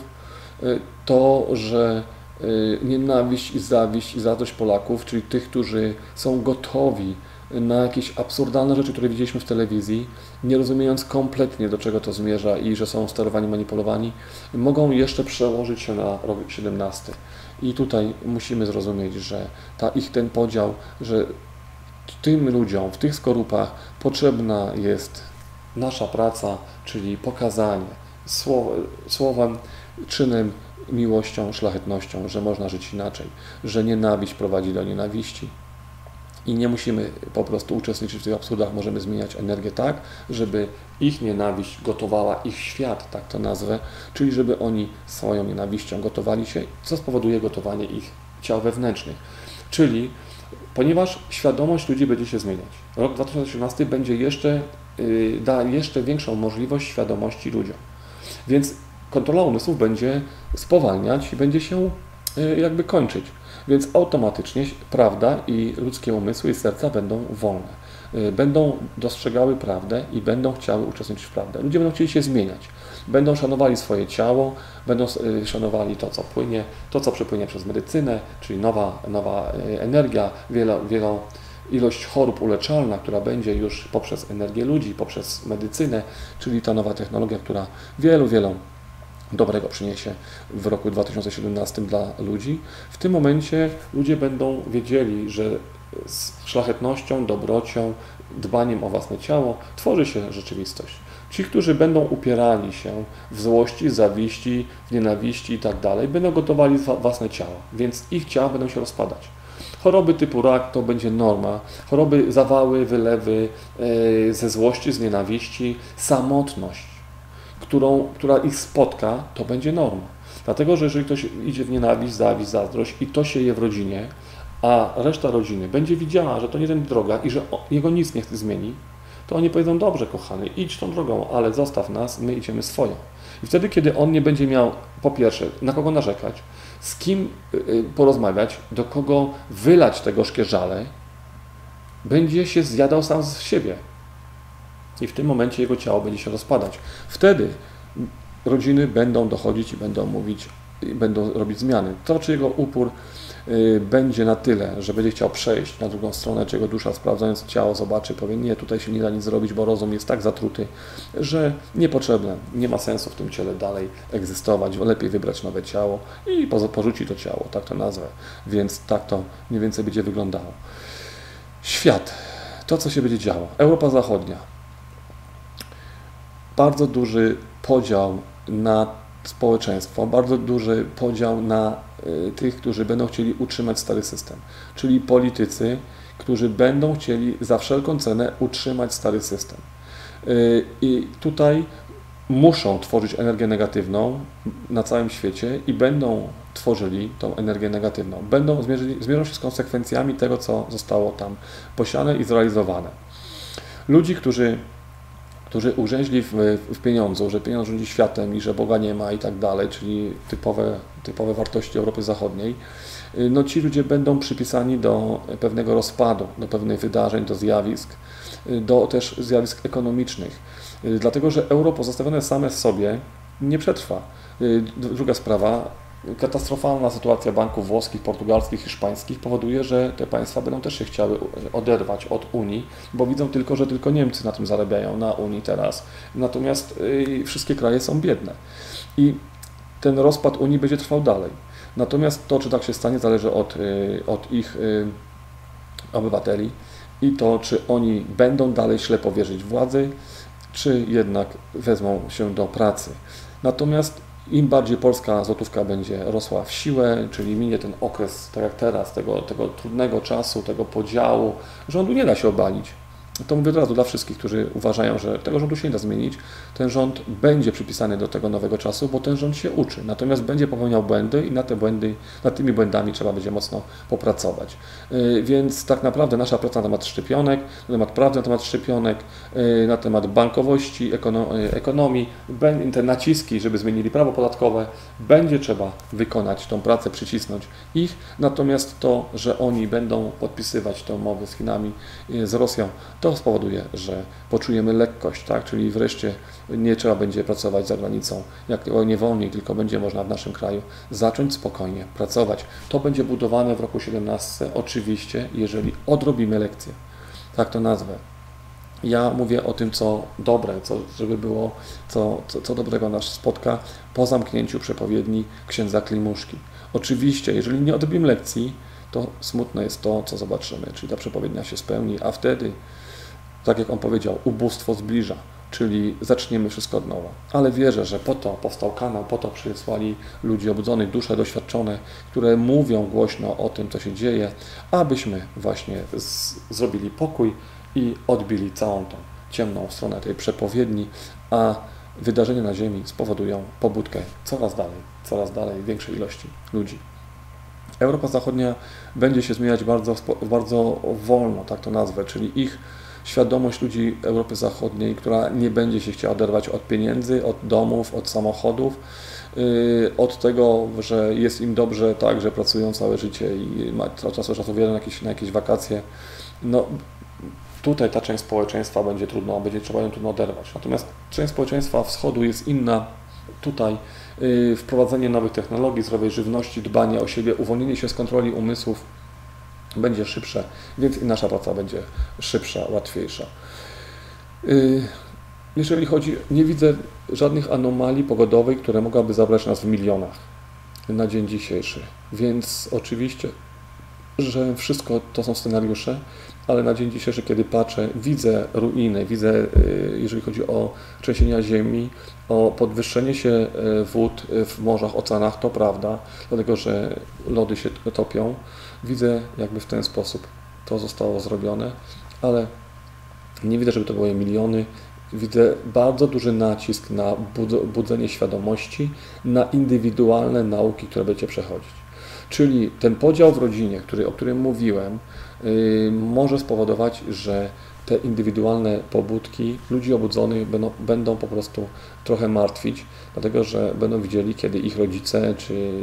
to, że nienawiść i zawiść i zazdrość Polaków, czyli tych, którzy są gotowi na jakieś absurdalne rzeczy, które widzieliśmy w telewizji, nie rozumiejąc kompletnie, do czego to zmierza i że są sterowani, manipulowani, mogą jeszcze przełożyć się na rok 17. I tutaj musimy zrozumieć, że ten podział, że tym ludziom, w tych skorupach potrzebna jest nasza praca, czyli pokazanie słowem, czynem, miłością, szlachetnością, że można żyć inaczej, że nienawiść prowadzi do nienawiści. I nie musimy po prostu uczestniczyć w tych absurdach, możemy zmieniać energię tak, żeby ich nienawiść gotowała ich świat, tak to nazwę, czyli żeby oni swoją nienawiścią gotowali się, co spowoduje gotowanie ich ciał wewnętrznych. Czyli ponieważ świadomość ludzi będzie się zmieniać. Rok 2018 będzie da jeszcze większą możliwość świadomości ludziom. Więc kontrola umysłów będzie spowalniać i będzie się jakby kończyć. Więc automatycznie prawda i ludzkie umysły i serca będą wolne. Będą dostrzegały prawdę i będą chciały uczestniczyć w prawdę. Ludzie będą chcieli się zmieniać. Będą szanowali swoje ciało, będą szanowali to, co płynie, to, co przepłynie przez medycynę, czyli nowa energia, wielą ilość chorób uleczalna, która będzie już poprzez energię ludzi, poprzez medycynę, czyli ta nowa technologia, która wielu dobrego przyniesie w roku 2017 dla ludzi. W tym momencie ludzie będą wiedzieli, że z szlachetnością, dobrocią, dbaniem o własne ciało tworzy się rzeczywistość. Ci, którzy będą upierali się w złości, zawiści, w nienawiści i tak dalej, będą gotowali własne ciało, więc ich ciała będą się rozpadać. Choroby typu rak to będzie norma, choroby, zawały, wylewy ze złości, z nienawiści, samotność, która ich spotka, to będzie norma. Dlatego, że jeżeli ktoś idzie w nienawiść, zawiść, zazdrość i to się je w rodzinie, a reszta rodziny będzie widziała, że to nie ten droga i że jego nic nie chce zmieni, to oni powiedzą, dobrze kochany, idź tą drogą, ale zostaw nas, my idziemy swoją. I wtedy, kiedy on nie będzie miał, po pierwsze, na kogo narzekać, z kim porozmawiać, do kogo wylać te gorzkie żale, będzie się zjadał sam z siebie. I w tym momencie jego ciało będzie się rozpadać. Wtedy rodziny będą dochodzić i będą mówić, będą robić zmiany. To, czy jego upór będzie na tyle, że będzie chciał przejść na drugą stronę, czy jego dusza, sprawdzając ciało, zobaczy, powie, nie, tutaj się nie da nic zrobić, bo rozum jest tak zatruty, że niepotrzebne, nie ma sensu w tym ciele dalej egzystować, lepiej wybrać nowe ciało i porzuci to ciało, tak to nazwę. Więc tak to mniej więcej będzie wyglądało. Świat, to co się będzie działo. Europa Zachodnia. Bardzo duży podział na społeczeństwo, bardzo duży podział na tych, którzy będą chcieli utrzymać stary system, czyli politycy, którzy będą chcieli za wszelką cenę utrzymać stary system. I tutaj muszą tworzyć energię negatywną na całym świecie i będą tworzyli tą energię negatywną. Zmierzą się z konsekwencjami tego, co zostało tam posiane i zrealizowane. Ludzi, którzy ugrzęźli w pieniądzu, że pieniądz rządzi światem i że Boga nie ma i tak dalej, czyli typowe wartości Europy Zachodniej, no ci ludzie będą przypisani do pewnego rozpadu, do pewnych wydarzeń, do zjawisk, do też zjawisk ekonomicznych, dlatego że euro pozostawione same w sobie nie przetrwa. Druga sprawa, katastrofalna sytuacja banków włoskich, portugalskich, hiszpańskich powoduje, że te państwa będą też się chciały oderwać od Unii, bo widzą tylko, że tylko Niemcy na tym zarabiają, na Unii teraz. Natomiast wszystkie kraje są biedne. I ten rozpad Unii będzie trwał dalej. Natomiast to, czy tak się stanie, zależy od ich obywateli i to, czy oni będą dalej ślepo wierzyć władzy, czy jednak wezmą się do pracy. Natomiast im bardziej polska złotówka będzie rosła w siłę, czyli minie ten okres, tak jak teraz, tego trudnego czasu, tego podziału, rządu nie da się obalić. To mówię od razu dla wszystkich, którzy uważają, że tego rządu się nie da zmienić. Ten rząd będzie przypisany do tego nowego czasu, bo ten rząd się uczy. Natomiast będzie popełniał błędy i nad tymi błędami trzeba będzie mocno popracować. Więc tak naprawdę nasza praca na temat szczepionek, na temat prawdy na temat szczepionek, na temat bankowości, ekonomii, te naciski, żeby zmienili prawo podatkowe, będzie trzeba wykonać tą pracę, przycisnąć ich. Natomiast to, że oni będą podpisywać te umowy z Chinami, z Rosją, to spowoduje, że poczujemy lekkość, tak? Czyli wreszcie nie trzeba będzie pracować za granicą, jak nie wolniej, tylko będzie można w naszym kraju zacząć spokojnie pracować. To będzie budowane w roku 2017, oczywiście, jeżeli odrobimy lekcję. Tak to nazwę. Ja mówię o tym, co dobre, żeby było, co dobrego nas spotka po zamknięciu przepowiedni księdza Klimuszki. Oczywiście, jeżeli nie odrobimy lekcji, to smutne jest to, co zobaczymy, czyli ta przepowiednia się spełni, a wtedy, tak jak on powiedział, ubóstwo zbliża, czyli zaczniemy wszystko od nowa. Ale wierzę, że po to powstał kanał, po to przysłali ludzi obudzonych, dusze doświadczone, które mówią głośno o tym, co się dzieje, abyśmy właśnie zrobili pokój i odbili całą tą ciemną stronę tej przepowiedni, a wydarzenia na Ziemi spowodują pobudkę coraz dalej większej ilości ludzi. Europa Zachodnia będzie się zmieniać bardzo wolno, tak to nazwę, czyli ich świadomość ludzi Europy Zachodniej, która nie będzie się chciała oderwać od pieniędzy, od domów, od samochodów, od tego, że jest im dobrze tak, że pracują całe życie i ma czasu wiele na jakieś wakacje. No, tutaj ta część społeczeństwa będzie trzeba ją trudno oderwać. Natomiast część społeczeństwa wschodu jest inna. Tutaj wprowadzenie nowych technologii, zdrowej żywności, dbanie o siebie, uwolnienie się z kontroli umysłów będzie szybsze, więc i nasza praca będzie szybsza, łatwiejsza. Jeżeli chodzi, nie widzę żadnych anomalii pogodowej, które mogłaby zabrać nas w milionach na dzień dzisiejszy, więc oczywiście, że wszystko to są scenariusze, ale na dzień dzisiejszy, kiedy patrzę, widzę ruiny, widzę, jeżeli chodzi o trzęsienia ziemi, o podwyższenie się wód w morzach, oceanach, to prawda, dlatego że lody się topią. Widzę jakby w ten sposób to zostało zrobione, ale nie widzę, żeby to były miliony. Widzę bardzo duży nacisk na budzenie świadomości, na indywidualne nauki, które będziecie przechodzić. Czyli ten podział w rodzinie, o którym mówiłem, może spowodować, że te indywidualne pobudki ludzi obudzonych będą po prostu trochę martwić, dlatego że będą widzieli, kiedy ich rodzice,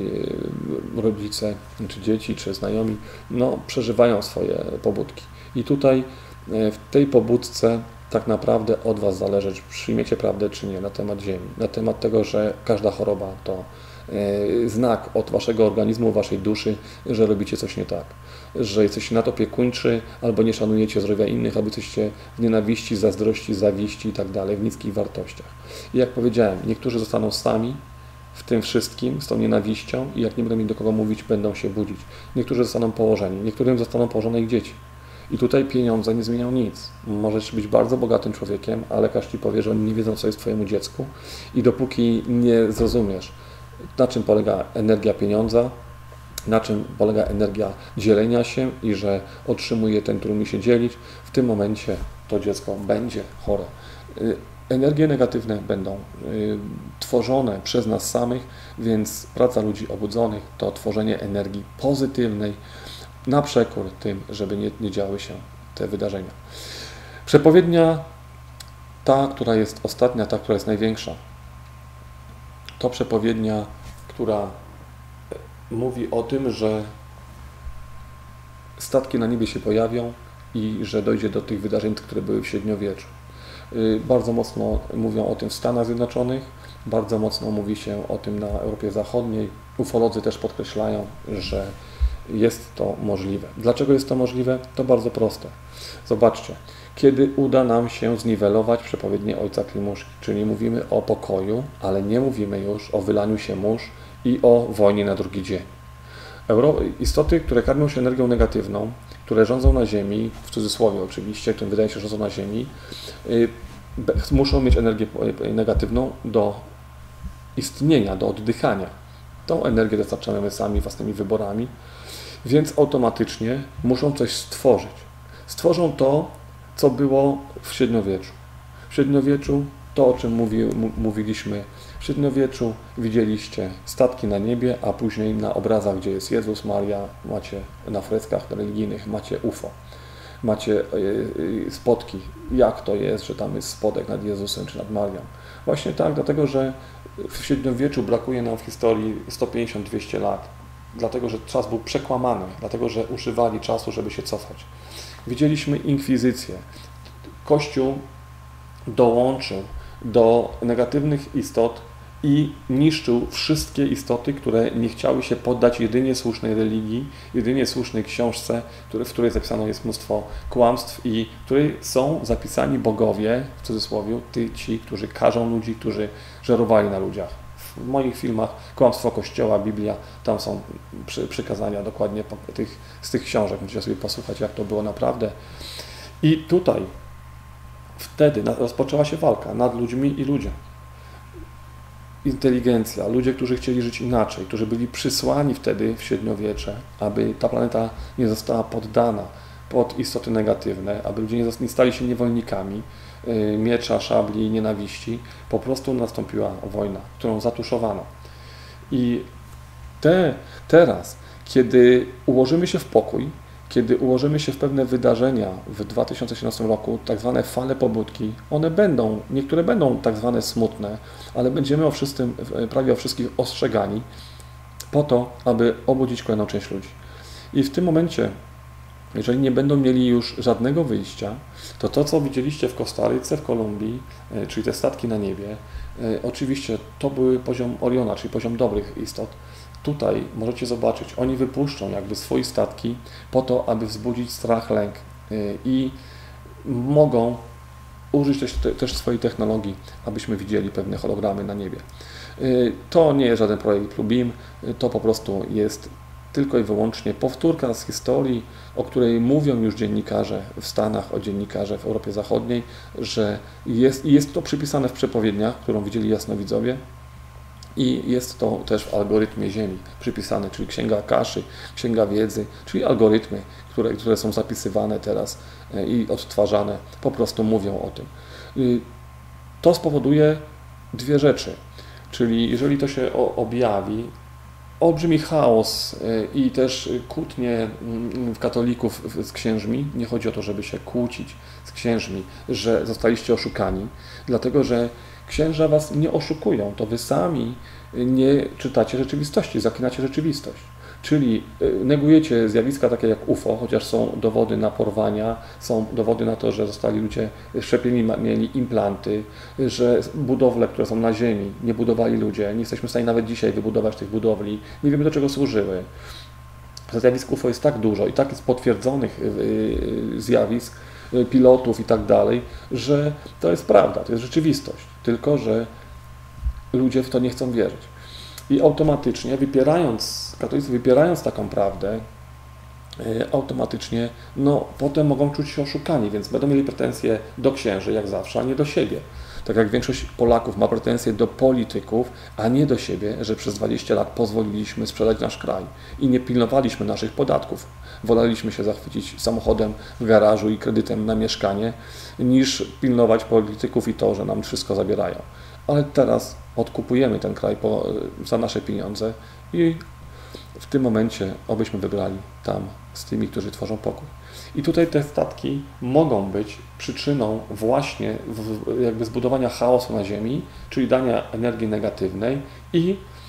czy dzieci, czy znajomi przeżywają swoje pobudki. I tutaj w tej pobudce tak naprawdę od Was zależy, czy przyjmiecie prawdę, czy nie na temat Ziemi, na temat tego, że każda choroba to znak od Waszego organizmu, Waszej duszy, że robicie coś nie tak, że jesteście nadopiekuńczy, albo nie szanujecie zdrowia innych, albo jesteście w nienawiści, zazdrości, zawiści i tak dalej, w niskich wartościach. I jak powiedziałem, niektórzy zostaną sami w tym wszystkim, z tą nienawiścią i jak nie będą mieć do kogo mówić, będą się budzić. Niektórzy zostaną położeni, niektórym zostaną położone ich dzieci. I tutaj pieniądze nie zmienią nic. Możesz być bardzo bogatym człowiekiem, a lekarz Ci powie, że oni nie wiedzą, co jest Twojemu dziecku i dopóki nie zrozumiesz, na czym polega energia pieniądza, na czym polega energia dzielenia się i że otrzymuje ten, który umie się dzielić, w tym momencie to dziecko będzie chore. Energie negatywne będą tworzone przez nas samych, więc praca ludzi obudzonych to tworzenie energii pozytywnej na przekór tym, żeby nie działy się te wydarzenia. Przepowiednia, ta, która jest ostatnia, ta, która jest największa, to przepowiednia, która mówi o tym, że statki na niebie się pojawią i że dojdzie do tych wydarzeń, które były w średniowieczu. Bardzo mocno mówią o tym w Stanach Zjednoczonych, bardzo mocno mówi się o tym na Europie Zachodniej. Ufolodzy też podkreślają, że jest to możliwe. Dlaczego jest to możliwe? To bardzo proste. Zobaczcie, kiedy uda nam się zniwelować przepowiednie ojca Klimuszki, czyli mówimy o pokoju, ale nie mówimy już o wylaniu się mórz i o wojnie na drugi dzień. Istoty, które karmią się energią negatywną, które rządzą na Ziemi, w cudzysłowie oczywiście, którym wydaje się, że rządzą na Ziemi, muszą mieć energię negatywną do istnienia, do oddychania. Tą energię dostarczamy my sami własnymi wyborami, więc automatycznie muszą coś stworzyć. Stworzą to, co było w średniowieczu. W średniowieczu to, o czym mówiliśmy, w średniowieczu widzieliście statki na niebie, a później na obrazach, gdzie jest Jezus, Maria, macie na freskach religijnych, macie UFO. Macie spotki, jak to jest, że tam jest spodek nad Jezusem czy nad Marią. Właśnie tak, dlatego że w średniowieczu brakuje nam w historii 150-200 lat, dlatego że czas był przekłamany, dlatego że używali czasu, żeby się cofać. Widzieliśmy inkwizycję. Kościół dołączył do negatywnych istot i niszczył wszystkie istoty, które nie chciały się poddać jedynie słusznej religii, jedynie słusznej książce, w której zapisano jest mnóstwo kłamstw i w której są zapisani bogowie, w cudzysłowie, ci, którzy karzą ludzi, którzy żerowali na ludziach. W moich filmach Kłamstwo Kościoła, Biblia, tam są przykazania dokładnie z tych książek. Możecie sobie posłuchać, jak to było naprawdę. I tutaj, wtedy rozpoczęła się walka nad ludźmi i ludziom. Inteligencja, ludzie, którzy chcieli żyć inaczej, którzy byli przysłani wtedy w średniowiecze, aby ta planeta nie została poddana pod istoty negatywne, aby ludzie nie stali się niewolnikami miecza, szabli, nienawiści. Po prostu nastąpiła wojna, którą zatuszowano. I teraz, kiedy ułożymy się w pokój, kiedy ułożymy się w pewne wydarzenia w 2017 roku, tak zwane fale pobudki, niektóre będą tak zwane smutne, ale będziemy prawie o wszystkich ostrzegani po to, aby obudzić kolejną część ludzi. I w tym momencie, jeżeli nie będą mieli już żadnego wyjścia, to co widzieliście w Kostaryce, w Kolumbii, czyli te statki na niebie, oczywiście to były poziom Oriona, czyli poziom dobrych istot. Tutaj możecie zobaczyć, oni wypuszczą jakby swoje statki po to, aby wzbudzić strach, lęk i mogą użyć też swojej technologii, abyśmy widzieli pewne hologramy na niebie. To nie jest żaden projekt Lubim, to po prostu jest tylko i wyłącznie powtórka z historii, o której mówią już dziennikarze w Stanach, o dziennikarze w Europie Zachodniej, że jest to przypisane w przepowiedniach, którą widzieli jasnowidzowie. I jest to też w algorytmie Ziemi przypisane, czyli Księga Akaszy, Księga Wiedzy, czyli algorytmy, które są zapisywane teraz i odtwarzane, po prostu mówią o tym. To spowoduje dwie rzeczy, czyli jeżeli to się objawi, olbrzymi chaos i też kłótnie katolików z księżmi. Nie chodzi o to, żeby się kłócić z księżmi, że zostaliście oszukani, dlatego że księża was nie oszukują, to wy sami nie czytacie rzeczywistości, zaklinacie rzeczywistość. Czyli negujecie zjawiska takie jak UFO, chociaż są dowody na porwania, są dowody na to, że zostali ludzie szczepieni, mieli implanty, że budowle, które są na ziemi, nie budowali ludzie, nie jesteśmy w stanie nawet dzisiaj wybudować tych budowli, nie wiemy, do czego służyły. Zjawisk UFO jest tak dużo i tak jest potwierdzonych zjawisk, pilotów i tak dalej, że to jest prawda, to jest rzeczywistość, tylko że ludzie w to nie chcą wierzyć. I automatycznie katolicy wypierając taką prawdę, automatycznie potem mogą czuć się oszukani, więc będą mieli pretensje do księży, jak zawsze, a nie do siebie. Tak jak większość Polaków ma pretensje do polityków, a nie do siebie, że przez 20 lat pozwoliliśmy sprzedać nasz kraj i nie pilnowaliśmy naszych podatków. Woleliśmy się zachwycić samochodem w garażu i kredytem na mieszkanie, niż pilnować polityków i to, że nam wszystko zabierają. Ale teraz odkupujemy ten kraj za nasze pieniądze i w tym momencie obyśmy wybrali tam z tymi, którzy tworzą pokój. I tutaj te statki mogą być przyczyną właśnie jakby zbudowania chaosu na Ziemi, czyli dania energii negatywnej i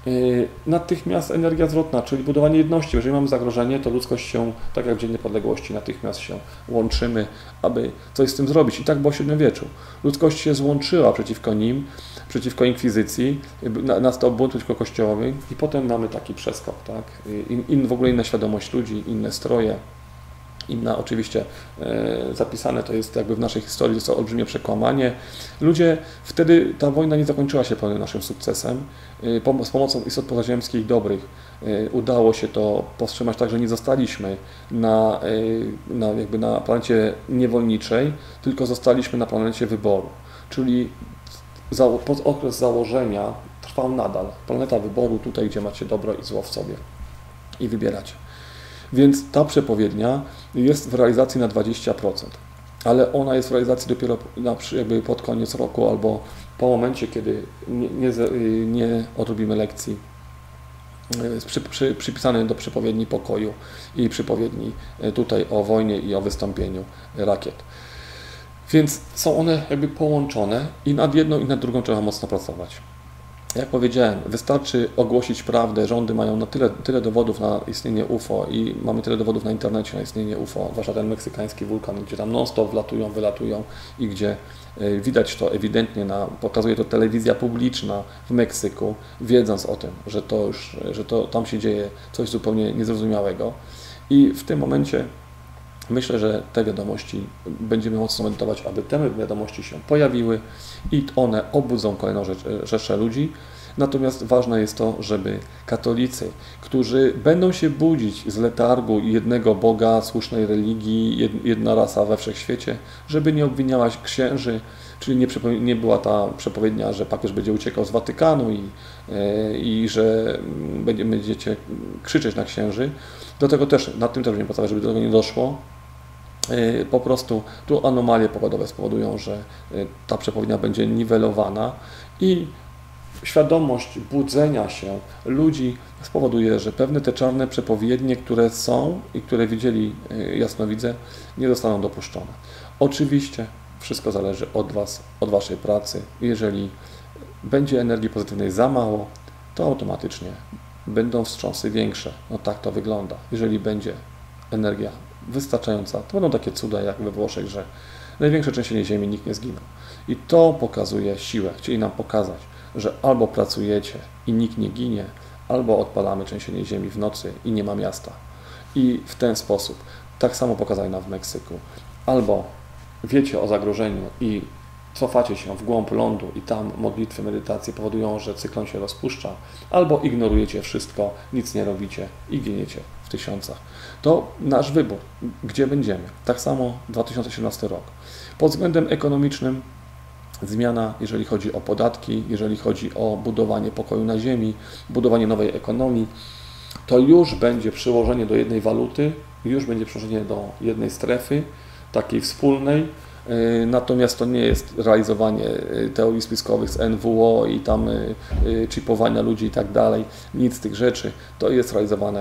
Natychmiast energia zwrotna, czyli budowanie jedności. Jeżeli mamy zagrożenie, to ludzkość się, tak jak w Dzień Niepodległości, natychmiast się łączymy, aby coś z tym zrobić. I tak było w średniowieczu. Ludzkość się złączyła przeciwko nim, przeciwko inkwizycji, nastał bunt przeciwko kościołowi i potem mamy taki przeskok. Tak? W ogóle inna świadomość ludzi, inne stroje. Inna oczywiście zapisane to jest jakby w naszej historii, jest to olbrzymie przekłamanie. Ludzie, wtedy ta wojna nie zakończyła się pełnym naszym sukcesem. Z pomocą istot pozaziemskich dobrych udało się to powstrzymać tak, że nie zostaliśmy na planecie niewolniczej, tylko zostaliśmy na planecie wyboru. Czyli okres założenia trwał nadal. Planeta wyboru, tutaj gdzie macie dobro i zło w sobie i wybieracie. Więc ta przepowiednia jest w realizacji na 20%, ale ona jest w realizacji dopiero jakby pod koniec roku albo po momencie, kiedy nie odrobimy lekcji przypisanej do przepowiedni pokoju i przepowiedni tutaj o wojnie i o wystąpieniu rakiet. Więc są one jakby połączone i nad jedną i nad drugą trzeba mocno pracować. Jak powiedziałem, wystarczy ogłosić prawdę, rządy mają na tyle dowodów na istnienie UFO i mamy tyle dowodów na internecie na istnienie UFO, zwłaszcza ten meksykański wulkan, gdzie tam non-stop wlatują, wylatują i gdzie widać to ewidentnie, pokazuje to telewizja publiczna w Meksyku, wiedząc o tym, że to tam się dzieje coś zupełnie niezrozumiałego. I w tym momencie myślę, że te wiadomości będziemy mocno medytować, aby te wiadomości się pojawiły i one obudzą kolejną rzeszę ludzi. Natomiast ważne jest to, żeby katolicy, którzy będą się budzić z letargu jednego Boga, słusznej religii, jedna rasa we wszechświecie, żeby nie obwiniała księży, czyli nie była ta przepowiednia, że papież będzie uciekał z Watykanu i że będziecie krzyczeć na księży. Nad tym też będziemy pracować, żeby do tego nie doszło. Po prostu tu anomalie pogodowe spowodują, że ta przepowiednia będzie niwelowana i świadomość budzenia się ludzi spowoduje, że pewne te czarne przepowiednie, które są i które widzieli jasnowidze, nie zostaną dopuszczone. Oczywiście wszystko zależy od Was, od Waszej pracy. Jeżeli będzie energii pozytywnej za mało, to automatycznie będą wstrząsy większe. No tak to wygląda. Jeżeli będzie energia wystarczająca, to będą takie cuda jak we Włoszech, że największe trzęsienie ziemi, nikt nie zginął. I to pokazuje siłę. Chcieli nam pokazać, że albo pracujecie i nikt nie ginie, albo odpalamy trzęsienie ziemi w nocy i nie ma miasta. I w ten sposób, tak samo pokazali nam w Meksyku, albo wiecie o zagrożeniu i cofacie się w głąb lądu i tam modlitwy, medytacje powodują, że cyklon się rozpuszcza, albo ignorujecie wszystko, nic nie robicie i giniecie w tysiącach. To nasz wybór, gdzie będziemy. Tak samo 2017 rok. Pod względem ekonomicznym zmiana, jeżeli chodzi o podatki, jeżeli chodzi o budowanie pokoju na ziemi, budowanie nowej ekonomii, to już będzie przyłożenie do jednej waluty, już będzie przyłożenie do jednej strefy, takiej wspólnej. Natomiast to nie jest realizowanie teorii spiskowych z NWO i tam chipowania ludzi i tak dalej, nic z tych rzeczy. To jest realizowane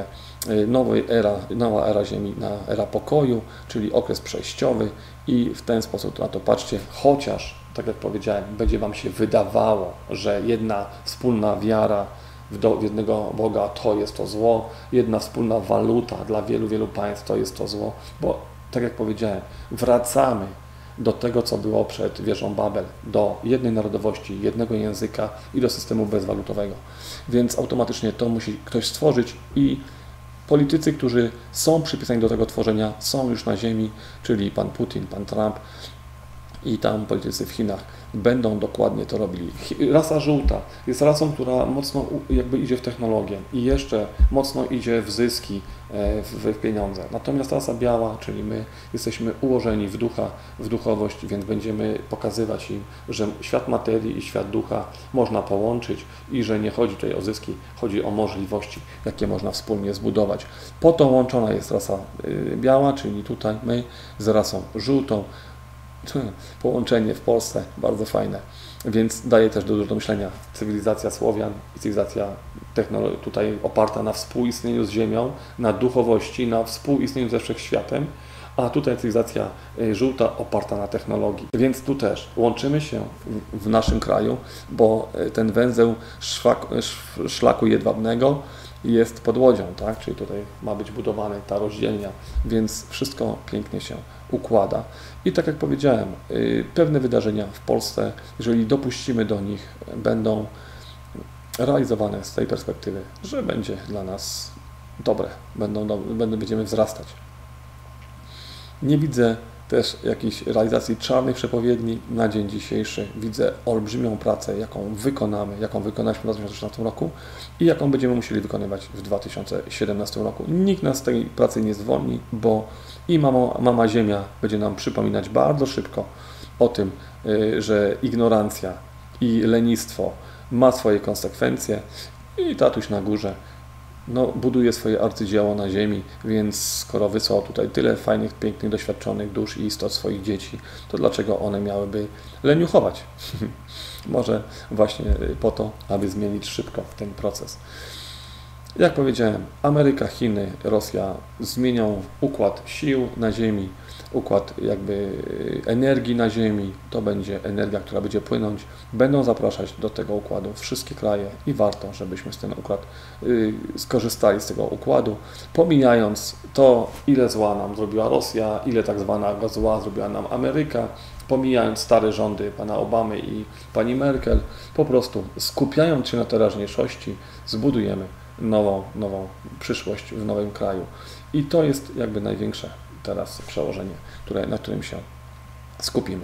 nowa era Ziemi, era pokoju, czyli okres przejściowy i w ten sposób na to patrzcie, chociaż, tak jak powiedziałem, będzie Wam się wydawało, że jedna wspólna wiara w jednego Boga to jest to zło, jedna wspólna waluta dla wielu, wielu państw to jest to zło, bo tak jak powiedziałem, wracamy do tego, co było przed wieżą Babel, do jednej narodowości, jednego języka i do systemu bezwalutowego. Więc automatycznie to musi ktoś stworzyć i politycy, którzy są przypisani do tego tworzenia, są już na ziemi, czyli pan Putin, pan Trump i tam politycy w Chinach będą dokładnie to robili. Rasa żółta jest rasą, która mocno jakby idzie w technologię i jeszcze mocno idzie w zyski, w pieniądze. Natomiast rasa biała, czyli my, jesteśmy ułożeni w ducha, w duchowość, więc będziemy pokazywać im, że świat materii i świat ducha można połączyć i że nie chodzi tutaj o zyski, chodzi o możliwości, jakie można wspólnie zbudować. Po to łączona jest rasa biała, czyli tutaj my z rasą żółtą. Połączenie w Polsce bardzo fajne, więc daje też dużo do myślenia. Cywilizacja Słowian i cywilizacja tutaj oparta na współistnieniu z ziemią, na duchowości, na współistnieniu ze wszechświatem, a tutaj cywilizacja żółta oparta na technologii. Więc tu też łączymy się w naszym kraju, bo ten węzeł szlaku jedwabnego jest pod Łodzią, tak? Czyli tutaj ma być budowana ta rozdzielnia, więc wszystko pięknie się układa. I tak jak powiedziałem, pewne wydarzenia w Polsce, jeżeli dopuścimy do nich, będą realizowane z tej perspektywy, że będzie dla nas dobre, będziemy wzrastać. Nie widzę też jakiejś realizacji czarnych przepowiedni na dzień dzisiejszy. Widzę olbrzymią pracę, jaką wykonaliśmy w 2016 roku i jaką będziemy musieli wykonywać w 2017 roku. Nikt nas z tej pracy nie zwolni, bo i mama Ziemia będzie nam przypominać bardzo szybko o tym, że ignorancja i lenistwo ma swoje konsekwencje i tatuś na górze buduje swoje arcydzieło na ziemi, więc skoro wysłał tutaj tyle fajnych, pięknych, doświadczonych dusz i istot swoich dzieci, to dlaczego one miałyby leniuchować? Może właśnie po to, aby zmienić szybko ten proces. Jak powiedziałem, Ameryka, Chiny, Rosja zmienią układ sił na ziemi, układ energii na ziemi, to będzie energia, która będzie płynąć, będą zapraszać do tego układu wszystkie kraje i warto, żebyśmy skorzystali z tego układu, pomijając to, ile zła nam zrobiła Rosja, ile tak zwanego zła zrobiła nam Ameryka, pomijając stare rządy pana Obamy i pani Merkel, po prostu skupiając się na teraźniejszości, zbudujemy nową przyszłość w nowym kraju. I to jest największe teraz przełożenie, na którym się skupimy.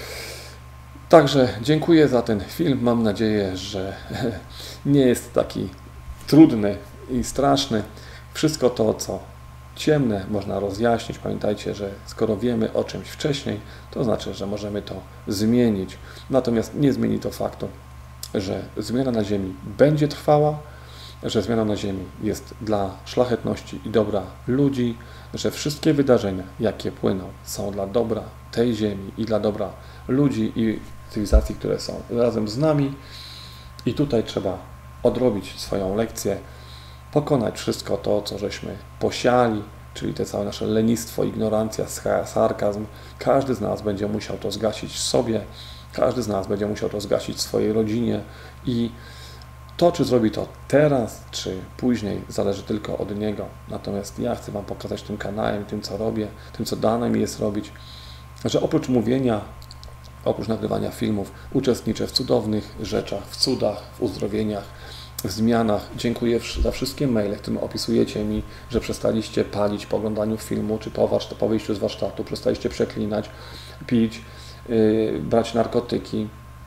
Także dziękuję za ten film. Mam nadzieję, że nie jest taki trudny i straszny. Wszystko to, co ciemne, można rozjaśnić. Pamiętajcie, że skoro wiemy o czymś wcześniej, to znaczy, że możemy to zmienić. Natomiast nie zmieni to faktu, że zmiana na Ziemi będzie trwała, że zmiana na Ziemi jest dla szlachetności i dobra ludzi, że wszystkie wydarzenia, jakie płyną, są dla dobra tej Ziemi i dla dobra ludzi i cywilizacji, które są razem z nami. I tutaj trzeba odrobić swoją lekcję, pokonać wszystko to, co żeśmy posiali, czyli te całe nasze lenistwo, ignorancja, sarkazm. Każdy z nas będzie musiał to zgasić w sobie, każdy z nas będzie musiał to zgasić w swojej rodzinie i to, czy zrobi to teraz, czy później, zależy tylko od niego. Natomiast ja chcę Wam pokazać tym kanałem, tym, co robię, tym, co dane mi jest robić, że oprócz mówienia, oprócz nagrywania filmów, uczestniczę w cudownych rzeczach, w cudach, w uzdrowieniach, w zmianach. Dziękuję za wszystkie maile, w którym opisujecie mi, że przestaliście palić po oglądaniu filmu, czy po wyjściu z warsztatu, przestaliście przeklinać, pić, brać narkotyki,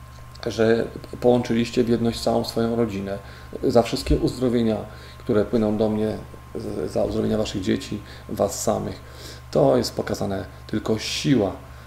że połączyliście w jedność całą swoją rodzinę, za wszystkie uzdrowienia, które płyną do mnie, za uzdrowienia Waszych dzieci, Was samych. To jest pokazane tylko siła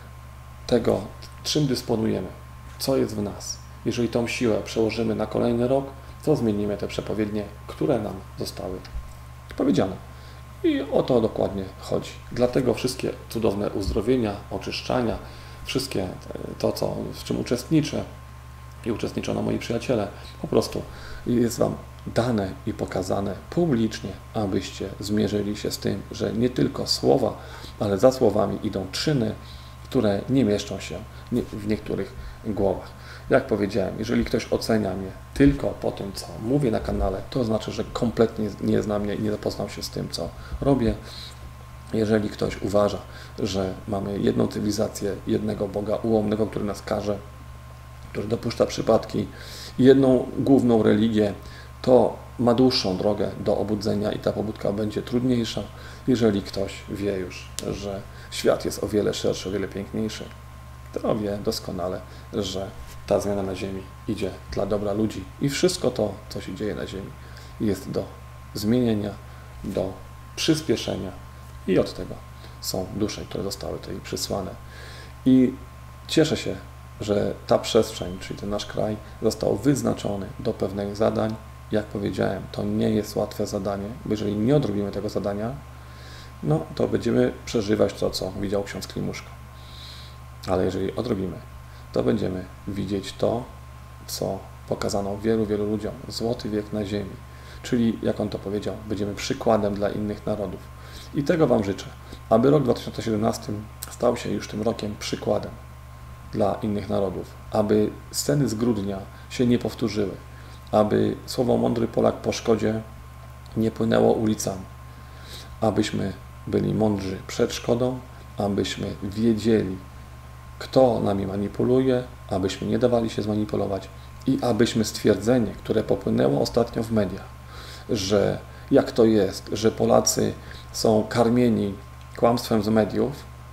tego, czym dysponujemy, co jest w nas. Jeżeli tą siłę przełożymy na kolejny rok, to zmienimy te przepowiednie, które nam zostały powiedziane. I o to dokładnie chodzi. Dlatego wszystkie cudowne uzdrowienia, oczyszczania, wszystkie to, w czym uczestniczę, i uczestniczą moi przyjaciele, po prostu jest Wam dane i pokazane publicznie, abyście zmierzyli się z tym, że nie tylko słowa, ale za słowami idą czyny, które nie mieszczą się w niektórych głowach. Jak powiedziałem, jeżeli ktoś ocenia mnie tylko po tym, co mówię na kanale, to znaczy, że kompletnie nie zna mnie i nie zapoznał się z tym, co robię. Jeżeli ktoś uważa, że mamy jedną cywilizację, jednego Boga ułomnego, który nas karze, który dopuszcza przypadki, jedną główną religię, to ma dłuższą drogę do obudzenia i ta pobudka będzie trudniejsza. Jeżeli ktoś wie już, że świat jest o wiele szerszy, o wiele piękniejszy, to wie doskonale, że ta zmiana na Ziemi idzie dla dobra ludzi i wszystko to, co się dzieje na Ziemi, jest do zmienienia, do przyspieszenia i od tego są dusze, które zostały tutaj przysłane. I cieszę się, że ta przestrzeń, czyli ten nasz kraj, został wyznaczony do pewnych zadań. Jak powiedziałem, to nie jest łatwe zadanie, bo jeżeli nie odrobimy tego zadania, to będziemy przeżywać to, co widział ksiądz Klimuszko. Ale jeżeli odrobimy, to będziemy widzieć to, co pokazano wielu, wielu ludziom. Złoty wiek na ziemi. Czyli, jak on to powiedział, będziemy przykładem dla innych narodów. I tego Wam życzę, aby rok 2017 stał się już tym rokiem przykładem dla innych narodów, aby sceny z grudnia się nie powtórzyły, aby słowo mądry Polak po szkodzie nie płynęło ulicami, abyśmy byli mądrzy przed szkodą, abyśmy wiedzieli, kto nami manipuluje, abyśmy nie dawali się zmanipulować i abyśmy stwierdzenie, które popłynęło ostatnio w mediach, że jak to jest, że Polacy są karmieni kłamstwem z mediów,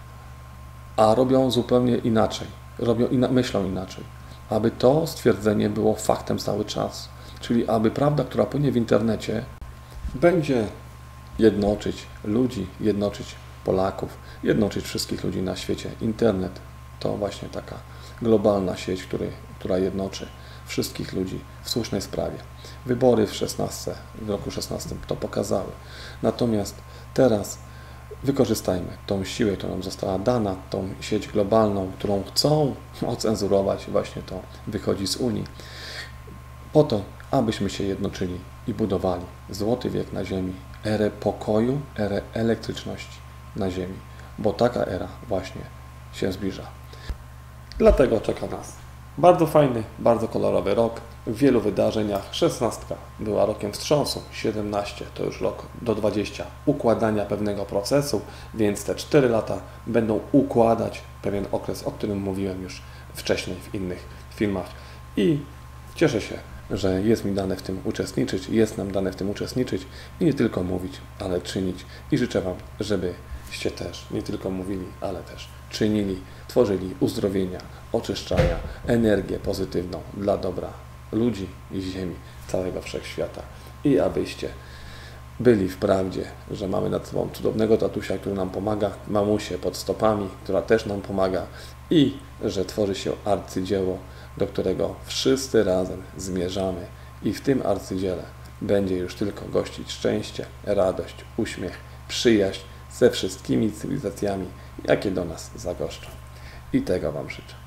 a robią zupełnie inaczej, myślą inaczej, aby to stwierdzenie było faktem cały czas, czyli aby prawda, która płynie w internecie, będzie jednoczyć ludzi, jednoczyć Polaków, jednoczyć wszystkich ludzi na świecie. Internet to właśnie taka globalna sieć, która jednoczy wszystkich ludzi w słusznej sprawie. Wybory w roku 16 to pokazały. Natomiast teraz wykorzystajmy tą siłę, która nam została dana, tą sieć globalną, którą chcą ocenzurować, właśnie to wychodzi z Unii, po to, abyśmy się jednoczyli i budowali złoty wiek na ziemi, erę pokoju, erę elektryczności na ziemi, bo taka era właśnie się zbliża. Dlatego czeka nas bardzo fajny, bardzo kolorowy rok, w wielu wydarzeniach. 16 była rokiem wstrząsu, 17 to już rok do 20 układania pewnego procesu, więc te 4 lata będą układać pewien okres, o którym mówiłem już wcześniej w innych filmach i cieszę się, że jest mi dane w tym uczestniczyć, jest nam dane w tym uczestniczyć i nie tylko mówić, ale czynić. I życzę Wam, żebyście też nie tylko mówili, ale też czynili, tworzyli uzdrowienia, oczyszczania, energię pozytywną dla dobra ludzi i ziemi, całego wszechświata. I abyście byli w prawdzie, że mamy nad sobą cudownego tatusia, który nam pomaga, mamusię pod stopami, która też nam pomaga i że tworzy się arcydzieło, do którego wszyscy razem zmierzamy i w tym arcydziele będzie już tylko gościć szczęście, radość, uśmiech, przyjaźń ze wszystkimi cywilizacjami, jakie do nas zagoszczą. I tego Wam życzę.